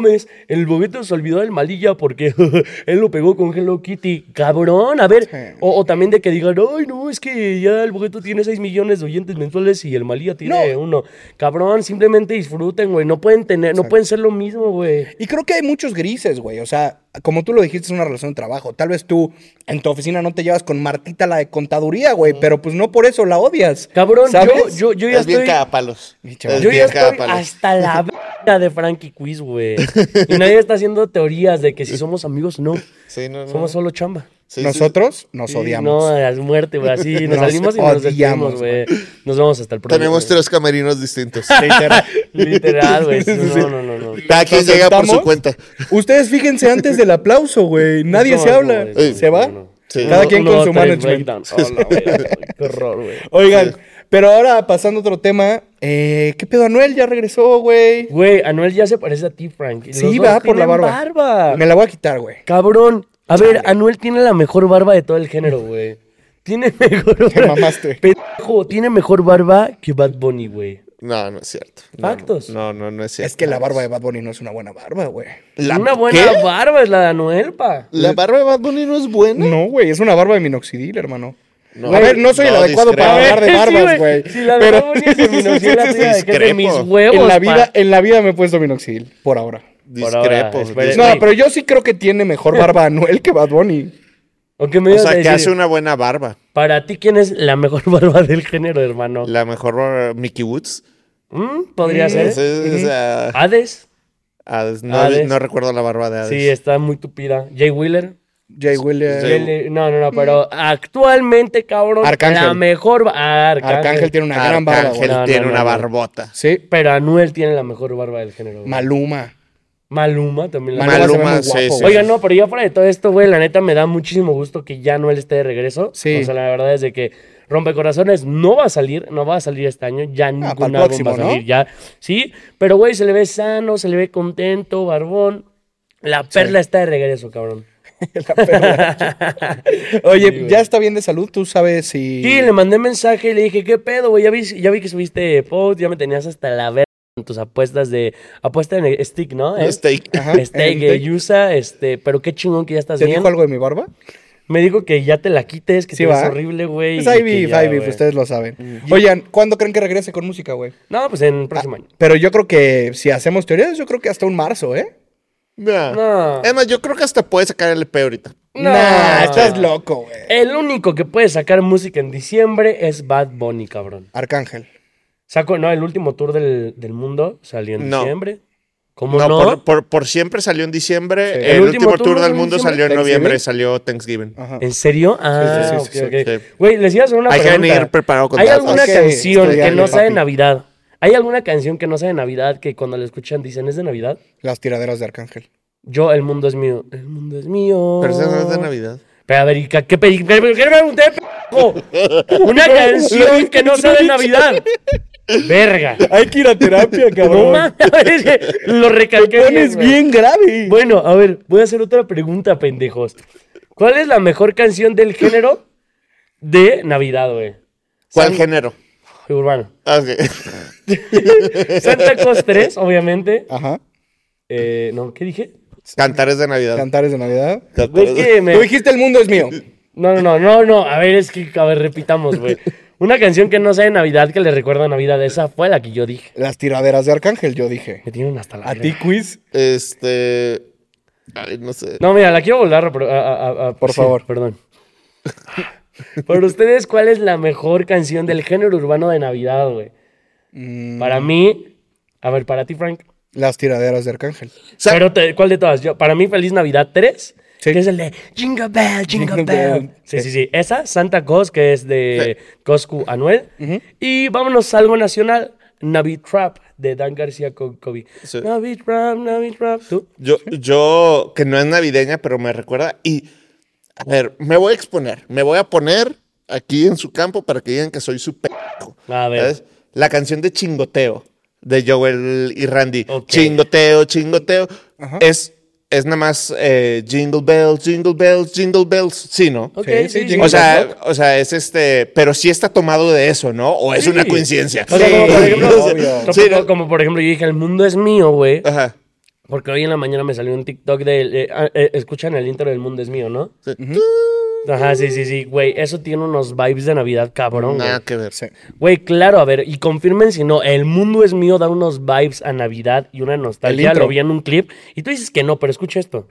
S1: el bogueto se olvidó del Malilla porque él lo pegó con Hello Kitty. Cabrón, a ver.
S2: Sí.
S1: O, o también de que digan, ay, no, es que ya el bogueto tiene seis millones de oyentes mensuales y el Malilla tiene
S2: No.
S1: uno. Cabrón, simplemente disfruten, güey. No pueden tener, no pueden ser lo mismo, güey.
S2: Y creo que hay muchos grises, güey. O sea, como tú lo dijiste, es una relación de trabajo. Tal vez tú en tu oficina no te llevas con Martita, la de contaduría, güey. Pero pues no por eso la odias.
S1: Cabrón,
S2: ¿sabes?
S1: yo, yo, yo ya
S3: Es bien
S1: estoy.
S3: cagapalos.
S2: chaval.
S3: Es
S1: Yo
S3: bien
S1: ya estoy
S3: cagapalos.
S1: hasta la verga de Frankie Quiz, güey. Y nadie está haciendo teorías de que si somos amigos o no.
S3: Sí, no, no.
S1: Somos solo chamba.
S3: Sí, sí.
S2: Nosotros nos
S1: Sí,
S2: odiamos.
S1: No, a la muerte, güey. Así nos,
S2: Nos
S1: salimos y nos
S2: odiamos,
S1: despedimos, güey. Nos vemos hasta el próximo.
S3: Tenemos tres camerinos distintos.
S2: Literal.
S1: Literal, güey.
S2: Sí, sí,
S1: No,
S2: sí.
S1: no, no, no.
S3: Cada quien
S2: Nos
S3: llega por su
S2: sentamos.
S3: cuenta.
S2: Ustedes fíjense antes del aplauso, güey. Nadie
S1: No,
S2: se
S1: no,
S2: habla.
S1: güey,
S2: ¿Se va?
S1: no, no.
S3: Sí.
S2: Cada
S1: Uno-
S2: quien
S1: uno,
S2: con
S1: dos,
S2: su
S1: tres,
S2: management.
S1: breakdown. Oh, la verga, güey. Qué horror, güey.
S2: Oigan, pero ahora pasando a otro tema. Eh, ¿Qué pedo? Anuel ya regresó, güey.
S1: Güey, Anuel ya se parece a ti, Frank. Los
S2: Sí,
S1: dos
S2: va por la
S1: tienen
S2: barba.
S1: barba.
S2: Me la voy a quitar, güey.
S1: Cabrón. A ver, Anuel tiene la mejor barba de todo el género, güey. Tiene mejor
S2: Te
S1: barba.
S2: mamaste.
S1: Pendejo, tiene mejor barba que Bad Bunny, güey.
S3: No, no es cierto. No,
S1: Factos.
S3: No, no, no es cierto.
S2: Es que la barba de Bad Bunny no es una buena barba, güey.
S3: La-
S1: Una buena
S3: ¿Qué?
S1: barba es la de Anuel, pa.
S3: ¿La barba de Bad Bunny no es buena?
S2: No, güey, es una barba de minoxidil, hermano.
S3: No,
S2: a ver, no soy el
S3: no,
S2: adecuado
S3: discrepo.
S2: para hablar de
S1: Sí,
S2: barbas,
S1: güey.
S2: güey.
S1: Si la de
S2: Pero-
S1: Bad Bunny es de minoxidil, la tuya de que es de
S3: Discrepo.
S1: mis huevos,
S2: en la
S1: pa.
S2: vida, en la vida me he puesto minoxidil, por ahora.
S1: Por ahora,
S3: Discrepo.
S1: espere.
S3: discrepo.
S2: No,
S1: Güey.
S2: pero yo sí creo que tiene mejor barba Anuel que Bad Bunny.
S1: Aunque me
S3: O
S1: ibas a
S3: sea, que
S1: decir,
S3: hace una buena barba.
S1: para ti, ¿quién es la mejor barba del género, hermano?
S3: La mejor barba, Mickey Woods.
S1: ¿Mm? Podría
S2: Mm,
S1: ser.
S3: Ese- o sea,
S1: Hades.
S3: Hades, no,
S1: Hades.
S3: no recuerdo la barba de Hades.
S1: Sí, está muy tupida. Jay Wheeler.
S2: Jay Williams.
S3: Jay-
S1: Jay- No, no, no, pero actualmente, cabrón,
S2: Arcángel.
S1: la mejor... ba- Ah, Arcángel.
S2: Arcángel tiene una gran barba,
S3: Arcángel
S2: güey.
S1: No,
S3: tiene
S1: no, no,
S3: una
S1: no.
S3: barbota.
S2: Sí.
S1: Pero Anuel tiene la mejor barba del género. güey.
S2: Maluma.
S1: Maluma también. La
S2: Maluma se ve
S3: Maluma,
S2: muy
S3: sí,
S2: guapo,
S3: sí.
S2: güey.
S1: Oigan, no, pero ya fuera de todo esto, güey, la neta me da muchísimo gusto que ya Anuel esté de regreso.
S2: Sí.
S1: O sea, la verdad es de que Rompecorazones no va a salir, no va a salir este año, ya ningún
S2: Ah, para el
S1: álbum
S2: próximo,
S1: va a salir,
S2: ¿no?
S1: ya. Sí, pero güey, se le ve sano, se le ve contento, barbón. La perla está de regreso, cabrón.
S2: La perra. Oye,
S1: Sí, güey.
S2: ¿ya está bien de salud? ¿Tú sabes si...?
S1: Sí, le mandé mensaje y le dije, ¿qué pedo, güey? Ya vi, ya vi que subiste post, ya me tenías hasta la verga con tus apuestas de... Apuesta en stick, ¿no? ¿Eh?
S3: Steak.
S2: Ajá,
S1: Steak,
S2: el
S1: eh,
S2: steak.
S1: Yusa, este, pero qué chingón que ya estás
S2: ¿Te
S1: bien.
S2: dijo algo de mi barba?
S1: Me dijo que ya te la quites, que
S2: Sí,
S1: te ves
S2: ¿va?
S1: horrible, güey.
S2: Pues
S1: y
S2: ahí
S1: que
S2: vi,
S1: ya,
S2: ahí vi,
S1: güey.
S2: ustedes lo saben. Oigan, ¿cuándo creen que regrese con música, güey?
S1: No, pues en el próximo año.
S2: Pero yo creo que si hacemos teorías, yo creo que hasta un marzo, ¿eh?
S3: No.
S1: No.
S3: Es más, yo creo que hasta puede sacar el E P ahorita.
S1: No.
S2: Nah, estás loco, güey.
S1: El único que puede sacar música en diciembre es Bad Bunny, cabrón.
S2: Arcángel.
S1: Sacó, no, el último tour del, del mundo salió en
S3: No.
S1: diciembre. ¿Cómo
S3: No,
S1: no?
S3: Por, por, por siempre salió en diciembre.
S2: Sí.
S3: El,
S1: ¿El
S3: último,
S1: último
S3: tour
S1: tour
S3: del
S1: en
S3: mundo
S1: diciembre?
S3: salió en
S2: ¿Thanksgiving?
S3: noviembre, salió Thanksgiving.
S2: Ajá.
S1: ¿En serio? Ah,
S2: sí, sí, sí,
S1: ok,
S2: sí,
S1: ok.
S3: sí.
S1: Güey, les iba a hacer una
S3: Hay que
S1: pregunta.
S3: venir preparado con
S1: ¿Hay
S3: datos.
S1: alguna
S2: Hay que
S1: canción que
S2: estudiarle,
S1: no sea de
S2: papi.
S1: Navidad? ¿Hay alguna canción que no sea de Navidad que cuando la escuchan dicen es de Navidad?
S2: Las tiraderas de Arcángel.
S1: Yo, el mundo es mío. El mundo es mío.
S3: Pero esa no es de Navidad.
S1: Pero a ver, ¿y ¿qué, qué, pedí? ¿Qué, qué pregunté, pendejo? Una canción que no sea de Navidad. Verga.
S2: Hay que ir a terapia,
S1: No
S2: cabrón.
S1: mames, a ver, es que lo recalqué.
S2: Te pones
S1: güey.
S2: bien grave.
S1: Bueno, a ver, voy a hacer otra pregunta, pendejos. ¿Cuál es la mejor canción del género de Navidad, güey?
S3: ¿Cuál
S1: San-
S3: género?
S1: Urbano.
S3: Ah, ok.
S1: Santa Claus tres, obviamente.
S2: Ajá.
S1: Eh, no, ¿qué dije?
S3: Cantares de Navidad.
S2: Cantares de Navidad.
S1: Güey, es que me-
S2: Tú dijiste el mundo es mío.
S1: No, no, no, no, no. A ver, es que, a ver, repitamos, güey. Una canción que no sea de Navidad, que le recuerda a Navidad, esa fue la que yo dije.
S2: Las tiraderas de Arcángel, yo dije.
S1: Me tienen hasta la
S2: A
S1: verga.
S2: ti, quiz.
S3: Este. Ay, no sé.
S1: No, mira, la quiero volver a... repro- a- a- a-
S2: Por
S1: sí,
S2: favor.
S1: Perdón. Para ustedes, ¿cuál es la mejor canción del género urbano de Navidad, güey?
S2: Mm,
S1: Para mí... A ver, para ti, Frank.
S2: Las tiraderas de Arcángel.
S3: sea-
S1: Pero, te- ¿cuál de todas? Yo, para mí, Feliz Navidad tres,
S2: Sí.
S1: que es el de Jingle Bell, Jingle,
S2: Jingle
S1: Bell.
S2: Bell.
S1: Sí, sí, sí. Esa, Santa Claus, que es de Coscu Anuel.
S2: Ujú.
S1: Y vámonos a algo nacional, Navi Trap, de Dan García con Kobe.
S3: Sí.
S1: Navi Trap, Navi Trap. ¿Tú?
S3: Yo, yo, que no es navideña, pero me recuerda. Y, a ver, me voy a exponer. Me voy a poner aquí en su campo para que digan que soy su pendejo.
S1: A ver.
S3: ¿Sabes? La canción de Chingoteo, de Joel y Randy.
S1: Ok.
S3: Chingoteo, chingoteo.
S2: Ajá.
S3: Es, es nada más eh, Jingle Bells, Jingle Bells, Jingle Bells. Sí, ¿no?
S1: Ok,
S2: Sí,
S1: sí,
S2: sí,
S1: sí.
S2: Jingle
S3: O sea,
S2: Bells,
S3: o sea, es este, pero sí está tomado de eso, ¿no? O es
S1: Sí.
S3: una coincidencia.
S1: O sea, como por
S2: Sí,
S1: ejemplo,
S2: obvio.
S1: como-
S3: Sí, ¿no?
S1: como por ejemplo, yo dije, el mundo es mío, güey.
S3: Ajá.
S1: Porque hoy en la mañana me salió un TikTok de... eh, eh, escuchan el intro del Mundo es Mío, ¿no?
S3: Sí.
S1: Ajá, sí, sí, sí. Güey, eso tiene unos vibes de Navidad cabrón, güey.
S3: Nada que ver.
S2: Sí.
S1: Güey, claro, a ver, y confirmen si no, El Mundo es Mío da unos vibes a Navidad y una
S2: El
S1: nostalgia.
S2: intro.
S1: Lo vi en un clip. Y tú dices que no, pero escucha esto.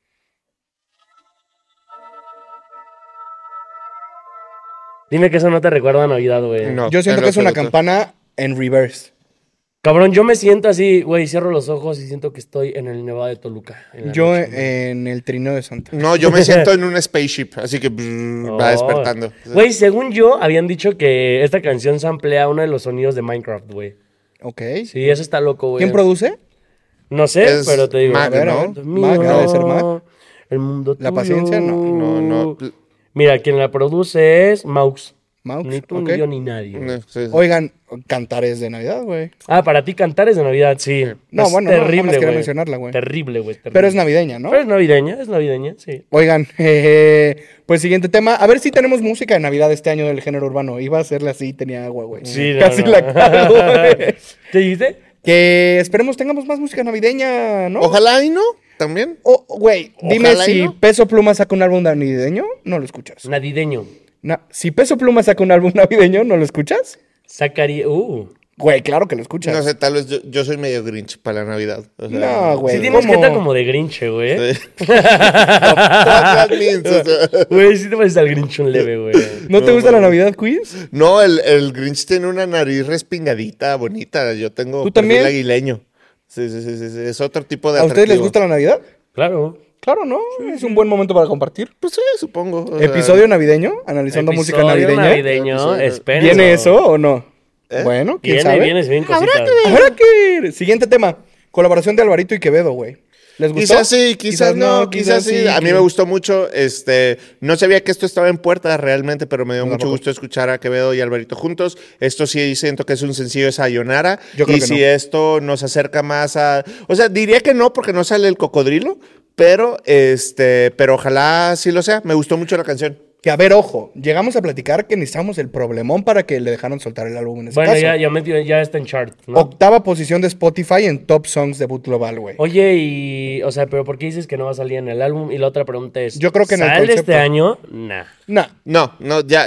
S1: Dime que eso no te recuerda a Navidad, güey.
S3: No,
S2: Yo siento
S3: en
S2: que es una
S3: absoluto.
S2: campana en reverse.
S1: Cabrón, yo me siento así, güey, cierro los ojos y siento que estoy en el Nevado de Toluca. en la
S2: Yo
S1: noche, güey.
S2: en el trineo de Santa.
S3: No, yo me siento en un spaceship, así que brrr, va
S1: Oh.
S3: despertando.
S1: Güey, según yo, habían dicho que esta canción samplea uno de los sonidos de Minecraft, güey.
S2: Ok.
S1: Sí, eso está loco, güey.
S2: ¿Quién produce?
S1: No sé,
S3: Es
S1: pero te digo.
S3: Mag,
S2: A ver, a
S3: ¿no?
S2: ver.
S1: Mío,
S2: Mag, ha de ser Mag.
S1: El mundo
S2: La
S1: tuyo.
S2: paciencia, no.
S3: No, no.
S1: Mira, quien la produce es Maux.
S2: Maux,
S1: Ni tú,
S2: ok.
S1: ni yo, ni nadie. güey.
S3: No, sí, sí.
S2: Oigan, cantares de Navidad, güey.
S1: Ah, para ti cantares de Navidad, sí.
S2: No,
S1: Es
S2: bueno, no, nada
S1: terrible,
S2: más quería
S1: güey.
S2: mencionarla, güey.
S1: Terrible, güey. terrible.
S2: Pero es navideña, ¿no?
S1: Pero es navideña, es navideña, sí.
S2: Oigan, eh, pues siguiente tema. A ver si tenemos música de Navidad este año del género urbano. Iba a hacerle así, tenía agua, güey.
S1: Sí, no,
S2: Casi
S1: no.
S2: la cago, güey.
S1: ¿Qué dijiste?
S2: Que esperemos tengamos más música navideña, ¿no?
S3: Ojalá y no, también.
S2: O, güey, dime
S3: Ojalá y
S2: si
S3: no.
S2: Peso Pluma saca un álbum navideño, no lo escuchas.
S1: Navideño.
S2: Na- si Peso Pluma saca un álbum navideño, ¿no lo escuchas?
S1: Sacaría. Uh.
S2: Güey, claro que lo escuchas.
S3: No sé, tal vez yo, yo soy medio grinch para la Navidad. O sea,
S2: No, güey.
S1: Sí tienes
S2: ¿cómo?
S1: jeta como de Grinch, güey.
S3: Sí. Fuck that means, o sea.
S1: Güey, sí te pareces al Grinch un leve, güey.
S2: ¿No te gusta la Navidad, Quiz?
S3: No, el, el Grinch tiene una nariz respingadita, bonita. Yo tengo
S2: ¿Tú
S3: perfil
S2: también?
S3: aguileño. Sí, sí, sí, sí, sí, es otro tipo de
S2: ¿A ustedes les
S3: atractivo.
S2: gusta la Navidad?
S1: Claro.
S2: Claro, ¿no? Es un buen momento para compartir.
S3: Pues sí, supongo. o sea,
S2: Episodio navideño, analizando música
S1: Episodio
S2: navideña.
S1: navideño,
S3: Episodio-
S1: espérenlo.
S2: ¿Viene eso o no?
S3: ¿Eh?
S2: Bueno, quién
S1: Viene,
S2: sabe.
S1: viene, bien cositas.
S2: Habrá que ver. Siguiente tema. Colaboración de Alvarito y Quevedo, güey. ¿Les gustó?
S3: Quizás sí, quizás, no, quizás, sí. A mí me gustó mucho. Este, no sabía que esto estaba en puerta realmente, pero me dio
S2: No,
S3: mucho
S2: tampoco.
S3: gusto escuchar a Quevedo y Alvarito juntos. Esto sí siento que es un sencillo de Sayonara.
S2: Yo creo
S3: y
S2: que
S3: si
S2: no.
S3: esto nos acerca más a, o sea, diría que no porque no sale el cocodrilo, pero este, pero ojalá sí lo sea. Me gustó mucho la canción.
S2: Que a ver, ojo, llegamos a platicar que necesitamos el problemón para que le dejaran soltar el álbum en ese
S1: Bueno,
S2: caso.
S1: ya, ya, metió, ya está en chart, ¿no?
S2: Octava posición de Spotify en Top Songs debut global, güey.
S1: Oye, y. O sea, pero ¿por qué dices que no va a salir en el álbum? Y la otra pregunta es.
S2: Yo creo que en el
S1: ¿sale
S2: concepto.
S1: este año? Nah.
S2: No,
S3: No, no, ya,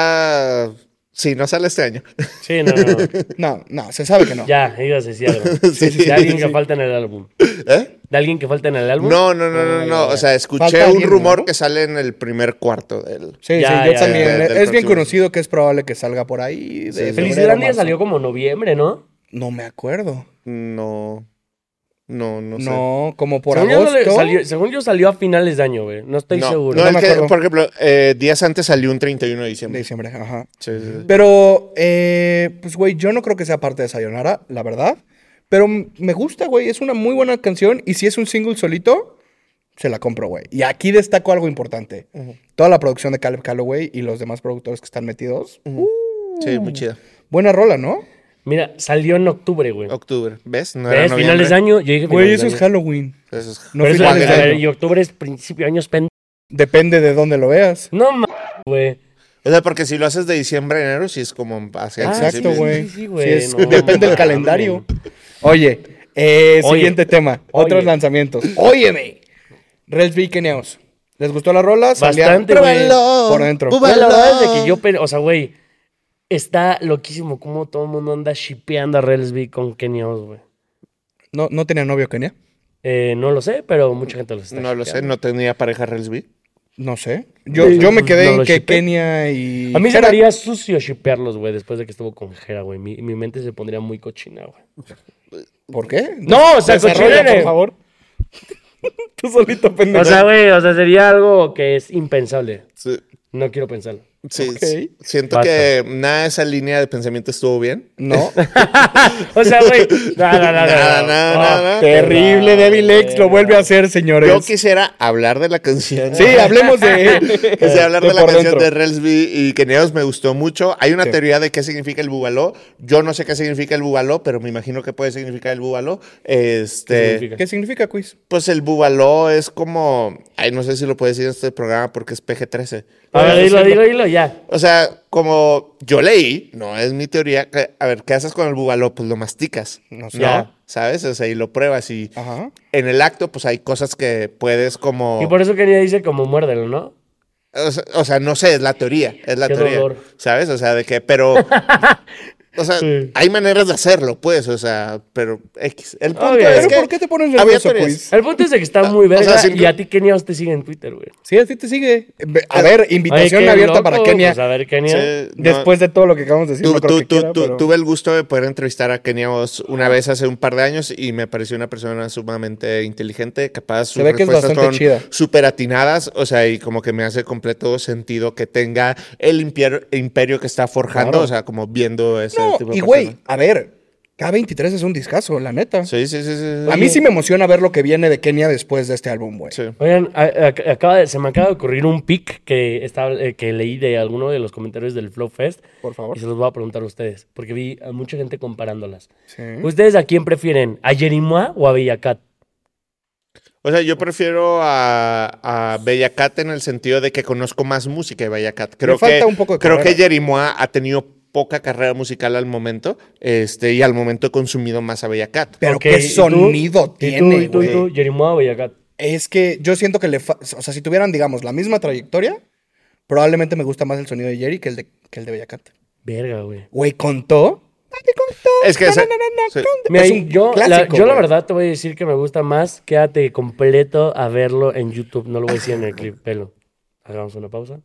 S3: ya, sí, no sale este año.
S1: Sí, no, no.
S2: no, no, se sabe que no.
S1: Ya, ibas a decir algo.
S3: Sí, sí,
S1: De alguien que
S2: sí.
S1: falta en el álbum.
S3: ¿Eh?
S1: ¿De alguien que falta en el álbum?
S3: No, no, no, no,
S2: Ay,
S3: no.
S2: ay,
S3: O sea, escuché
S2: falta
S3: un
S2: alguien,
S3: rumor
S2: ¿no?
S3: que sale en el primer cuarto del.
S2: Sí,
S1: Ya,
S2: sí, yo
S1: ya,
S2: también.
S3: ya, del
S2: es bien
S3: próximo.
S2: conocido que es probable que salga por ahí. De
S3: Sí, sí.
S2: febrero,
S1: Felicilandia
S2: marzo.
S1: salió como noviembre, ¿no?
S2: No me acuerdo.
S3: No. No, no sé.
S2: No, como por
S1: según, yo,
S2: agosto.
S1: salió, según yo salió a finales de año, güey. No estoy
S3: no,
S1: seguro.
S3: no,
S2: No
S3: es
S2: me
S3: que,
S2: acuerdo.
S3: por ejemplo, eh, días antes salió un treinta y uno de
S2: De
S3: diciembre.
S2: diciembre, ajá.
S3: Sí, sí, sí.
S2: Pero, eh, pues, güey, yo no creo que sea parte de Sayonara, la verdad. Pero m- me gusta, güey. Es una muy buena canción. Y si es un single solito, se la compro, güey. Y aquí destaco algo importante. Toda la producción de Caleb Calloway y los demás productores que están metidos. Uh,
S3: Sí, muy chida.
S2: buena rola, ¿no?
S1: Mira, salió en octubre, güey.
S3: Octubre. ¿Ves? No era
S1: ¿Ves?
S3: noviembre.
S1: Finales de año. Yo dije
S2: Güey,
S1: finales
S2: eso
S1: de
S2: es
S1: año.
S2: Halloween.
S3: Eso es-
S2: No
S1: Pero eso-
S2: finales de
S1: a ver,
S2: año.
S1: y octubre es principio de año, es pen...
S2: Depende de dónde lo veas.
S1: No mames, güey.
S3: O sea, porque si lo haces de diciembre a enero, sí es como hacia el
S1: Ah,
S2: Exacto,
S3: principio.
S2: güey.
S1: sí, sí,
S2: Sí,
S1: güey,
S2: es-
S1: no,
S2: depende del
S1: no,
S2: calendario.
S1: no.
S2: Oye, eh,
S1: Oye.
S2: siguiente tema. Otros
S1: Oye.
S2: lanzamientos. Óyeme. Relsby y Keneos. ¿Les gustó la rola? Salía
S1: Bastante, güey.
S3: Pruébalo.
S2: por dentro.
S3: Pruébalo.
S1: Pues la verdad es de que yo, pe- o sea, güey, está loquísimo cómo todo el mundo anda shipeando a Relsby con Kenny Oz, güey.
S2: ¿No, ¿No tenía novio Kenia?
S1: Eh, no lo sé, pero mucha gente lo está
S3: No lo sé,
S1: shippeando.
S3: no tenía pareja Relsby.
S2: No sé. Yo,
S1: Sí,
S2: yo me
S1: pues,
S2: quedé
S1: no
S2: en
S1: lo
S2: que
S1: shippé.
S2: Kenia y...
S1: A mí se me
S2: Jera-
S1: haría sucio shippearlos, güey, después de que estuvo con Jera, güey. Mi, mi mente se pondría muy cochina, güey.
S2: ¿Por qué?
S1: No, o sea,
S2: Desarrolla,
S1: cochinere.
S2: por favor. Tú solito, pendejo.
S1: O sea, güey, o sea, sería algo que es impensable.
S3: Sí.
S1: No quiero pensarlo.
S3: Sí,
S2: Ok.
S3: sí. Siento
S1: Basta.
S3: que nada de esa línea de pensamiento estuvo bien.
S2: No.
S1: O sea, güey. No, no, no, no,
S3: Nada,
S1: no.
S3: nada,
S1: Oh,
S3: nada.
S2: Terrible,
S1: no,
S2: Devil X lo
S1: no.
S2: vuelve a hacer, señores.
S3: Yo quisiera hablar de la canción.
S2: Sí, hablemos de...
S3: Quisiera hablar de, la
S2: por
S3: canción
S2: dentro.
S3: de Relsby y Keneos, me gustó mucho. Hay una
S2: Sí.
S3: teoría de qué significa el bubaló. Yo no sé qué significa el bubaló, pero me imagino que puede significar el bubaló. Este,
S1: ¿Qué significa?
S2: ¿Qué significa quiz?
S3: Pues el bubaló es como. Ay, no sé si lo puedo decir en este programa porque es P G trece.
S1: A ver, dilo, dilo, dilo, ya, ya.
S3: O sea, como yo leí, no es mi teoría, que, a ver, ¿qué haces con el búbalo? Pues lo masticas.
S2: No sé.
S1: Ya.
S3: ¿Sabes? O sea, y lo pruebas y
S2: Ajá.
S3: en el acto, pues hay cosas que puedes como...
S1: Y por eso Kenia dice como muérdelo, ¿no?
S3: O sea, o sea, no sé, es la teoría, es la
S1: Qué
S3: teoría.
S1: dolor.
S3: ¿Sabes? O sea, de que, pero... O sea,
S1: Sí.
S3: hay maneras de hacerlo, pues, o sea, pero X. El punto
S1: Ok.
S3: es
S2: ¿Pero
S3: que
S2: por qué te pones
S3: había
S2: nervioso,
S3: teorías.
S2: Quiz?
S1: El punto es de que está muy
S3: O sea,
S1: verga
S3: sin-
S1: y a ti Kenia te sigue en Twitter, güey.
S2: Sí, a ti te sigue. Ve- A ver, invitación
S1: Oye, qué
S2: abierta
S1: loco,
S2: para Kenia.
S1: Pues a ver, Kenia.
S3: Sí, no,
S2: Después de todo lo que acabamos de decir,
S3: tu-
S2: no creo
S3: tu-
S2: que
S3: tu-
S2: quiera,
S3: tu-
S2: pero-
S3: tuve el gusto de poder entrevistar a Kenia Oz una vez hace un par de años y me pareció una persona sumamente inteligente, capaz. Sus
S2: Se ve que es
S3: respuestas
S2: bastante
S3: fueron
S2: chida.
S3: súper atinadas, o sea, y como que me hace completo sentido que tenga el imperio, imperio que está forjando,
S2: Claro.
S3: o sea, como viendo ese
S2: No,
S3: tipo de
S2: y güey,
S3: persona.
S2: a ver, K veintitrés es un discazo, la neta.
S3: Sí, sí, sí, sí. sí.
S2: A mí sí me emociona ver lo que viene de Kenia después de este álbum, güey.
S3: Sí.
S1: Oigan, a- a- acaba de- se me acaba de ocurrir un pic que, estaba, eh, que leí de alguno de los comentarios del Flow Fest.
S2: Por favor.
S1: Y se los voy a preguntar a ustedes, porque vi a mucha gente comparándolas.
S2: Sí.
S1: ¿Ustedes a quién prefieren? ¿A Jerimois o a Bella Cat?
S3: O sea, yo prefiero a, a Bella Cat en el sentido de que conozco más música de Bella Cat. Creo
S2: Le falta
S3: que,
S2: un poco de
S3: creo
S2: carrera.
S3: que Jerimois ha tenido poca carrera musical al momento, este, y al momento he consumido más a Bella Cat.
S2: Pero
S1: Ok,
S2: qué
S1: ¿y tú?
S2: sonido
S1: ¿Y tú,
S2: tiene,
S1: y tú, y
S2: güey.
S1: tú, Jerimois o Bella Cat?
S2: Es que yo siento que le... fa- O sea, si tuvieran, digamos, la misma trayectoria, probablemente me gusta más el sonido de Jerry que el de, que el de Bella Cat.
S1: Verga, güey.
S2: Güey, ¿contó? Papi, contó.
S3: Es que
S2: Na,
S3: ese-
S2: na, na, na,
S3: sí.
S2: contó.
S1: Mira,
S2: Es
S1: y
S2: un
S1: yo, la,
S2: clásico,
S1: yo la
S2: güey.
S1: verdad te voy a decir que me gusta más. Quédate completo a verlo en YouTube. No lo voy a decir en el clip, pelo. Hagamos una pausa.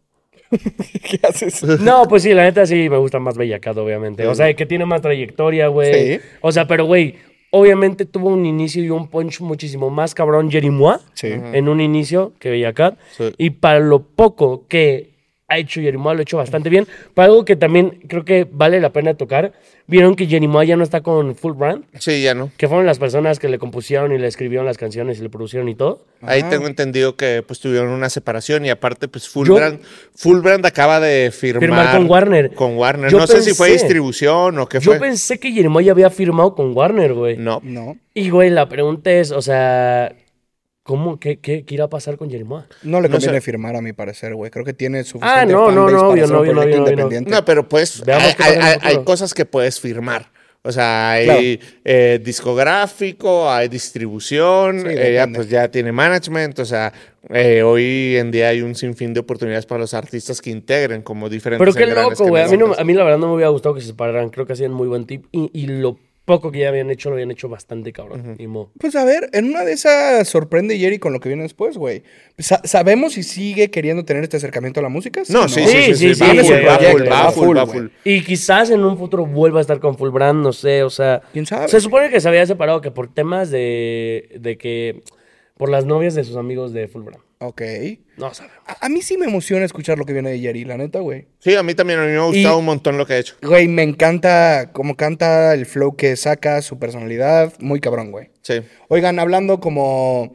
S2: ¿Qué haces?
S1: No, pues sí, la neta sí me gusta más Bella Cat, obviamente. O sea, que tiene más trayectoria, güey.
S2: Sí.
S1: O sea, pero, güey, obviamente tuvo un inicio y un punch muchísimo más cabrón Jerimois
S2: Sí.
S1: en un inicio que Bella Cat.
S3: Sí.
S1: Y para lo poco que ha hecho Jerimois, lo ha hecho bastante bien. Para algo que también creo que vale la pena tocar, vieron que Jerimois ya no está con Full Brand,
S3: Sí, ya no.
S1: que fueron las personas que le compusieron y le escribieron las canciones y le producieron y todo.
S3: Ahí
S2: Ajá.
S3: tengo entendido que pues tuvieron una separación y aparte pues Full
S1: Yo-
S3: Brand, Full Brand acaba de firmar,
S1: Firmar con Warner.
S3: Con Warner.
S1: Yo
S3: no sé si fue
S1: pensé-
S3: distribución o qué
S1: Yo
S3: fue.
S1: pensé que Jerimois ya había firmado con Warner, güey.
S3: No.
S2: No.
S1: Y, güey, la pregunta es, o sea, ¿cómo? ¿Qué, qué, qué irá a pasar con Jerimois?
S2: No le
S3: No
S2: conviene
S3: sé.
S2: firmar, a mi parecer, güey. Creo que tiene suficiente
S1: Ah, no, no,
S2: fanbase
S1: no,
S2: para
S1: obvio,
S2: ser
S1: no,
S2: un
S1: obvio, no,
S2: proyecto
S1: obvio, no.
S2: independiente.
S3: No, pero pues
S1: Veamos
S3: hay,
S1: qué pasa en el
S3: hay-
S1: futuro.
S3: hay cosas que puedes firmar. O sea, hay
S2: Claro.
S3: eh, discográfico, hay distribución,
S2: Sí,
S3: eh, ya,
S2: depende.
S3: pues ya tiene management, o sea, eh, hoy en día hay un sinfín de oportunidades para los artistas que integren como diferentes
S1: Pero qué
S3: engranes
S1: loco,
S3: que
S1: güey. A mí, no,
S3: necesitas.
S1: a mí la verdad no me hubiera gustado que se separaran. Creo que hacían muy buen tip. Y, y lo poco que ya habían hecho, lo habían hecho bastante cabrón. Y mo-
S2: Pues a ver, en una de esas sorprende Jerry con lo que viene después, güey. Sa- ¿Sabemos si sigue queriendo tener este acercamiento a la música?
S3: No, sí, sí,
S1: Sí,
S3: sí,
S1: sí,
S3: sí,
S1: sí,
S3: va
S1: sí,
S3: full,
S1: sí,
S3: va
S1: sí,
S3: full,
S1: sí,
S3: va
S2: va
S3: full,
S2: full,
S3: va
S2: güey.
S3: full.
S1: Y quizás en un futuro vuelva a estar con Full Brand, no sé, o sea.
S2: ¿Quién sabe?
S1: Se supone que se había separado que por temas de, de que. Por las novias de sus amigos de Full Brand.
S2: Ok.
S1: No sabemos.
S2: A, a mí sí me emociona escuchar lo que viene de Jerry, la neta, güey.
S3: Sí, a mí también, a mí me ha gustado
S2: Y-
S3: un montón lo que ha hecho.
S2: Güey, me encanta cómo canta, el flow que saca, su personalidad. Muy cabrón, güey.
S3: Sí.
S2: Oigan, hablando como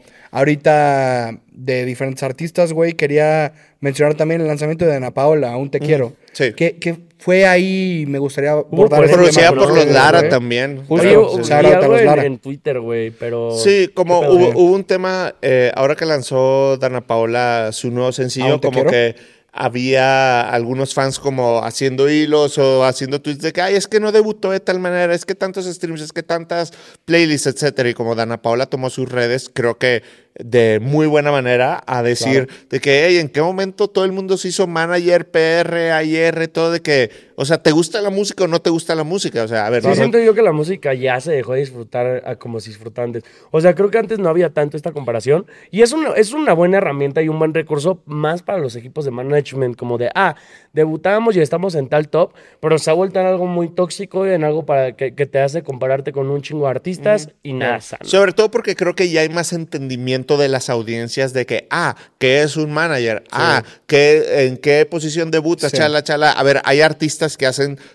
S2: ahorita de diferentes artistas, güey, quería mencionar también el lanzamiento de Ana Paola, Aún Te Quiero.
S3: Sí.
S2: Que, que fue ahí, me gustaría abordar
S1: polémica,
S2: ese
S3: Producida
S2: tema
S3: por
S2: con
S3: los
S2: ustedes,
S3: Lara
S2: güey.
S3: también.
S2: Justo.
S1: Oye,
S2: Claro,
S1: vi
S2: sí, shout out a
S1: algo
S2: los
S1: en,
S2: Lara.
S1: en Twitter, güey, pero.
S3: Sí, como
S1: ¿qué pedo,
S3: hubo,
S1: güey?
S3: hubo un tema, eh, ahora que lanzó Dana Paola su nuevo sencillo,
S2: ¿Aún te
S3: como
S2: quiero?
S3: que había algunos fans como haciendo hilos o haciendo tweets de que, ay, es que no debutó de tal manera, es que tantos streams, es que tantas playlists, etcétera. Y como Dana Paola tomó sus redes, creo que de muy buena manera a decir de que, hey, ¿en qué momento todo el mundo se hizo manager, P R, A I R, todo de que, o sea, ¿te gusta la música o no te gusta la música? O sea, a ver,
S1: Sí,
S3: no-
S1: siento yo que la música ya se dejó de disfrutar a como se disfrutaba antes. O sea, creo que antes no había tanto esta comparación. Y es una, es una buena herramienta y un buen recurso más para los equipos de management, como de, ah, debutamos y estamos en tal top, pero se ha vuelto en algo muy tóxico y en algo para que, que te hace compararte con un chingo de artistas y nada sano.
S3: Sobre todo porque creo que ya hay más entendimiento de las audiencias de que, ah, ¿qué es un manager? Ah, ¿qué, ¿en qué posición debuta?
S2: Sí.
S3: Chala, chala. A ver, hay artistas que hacen su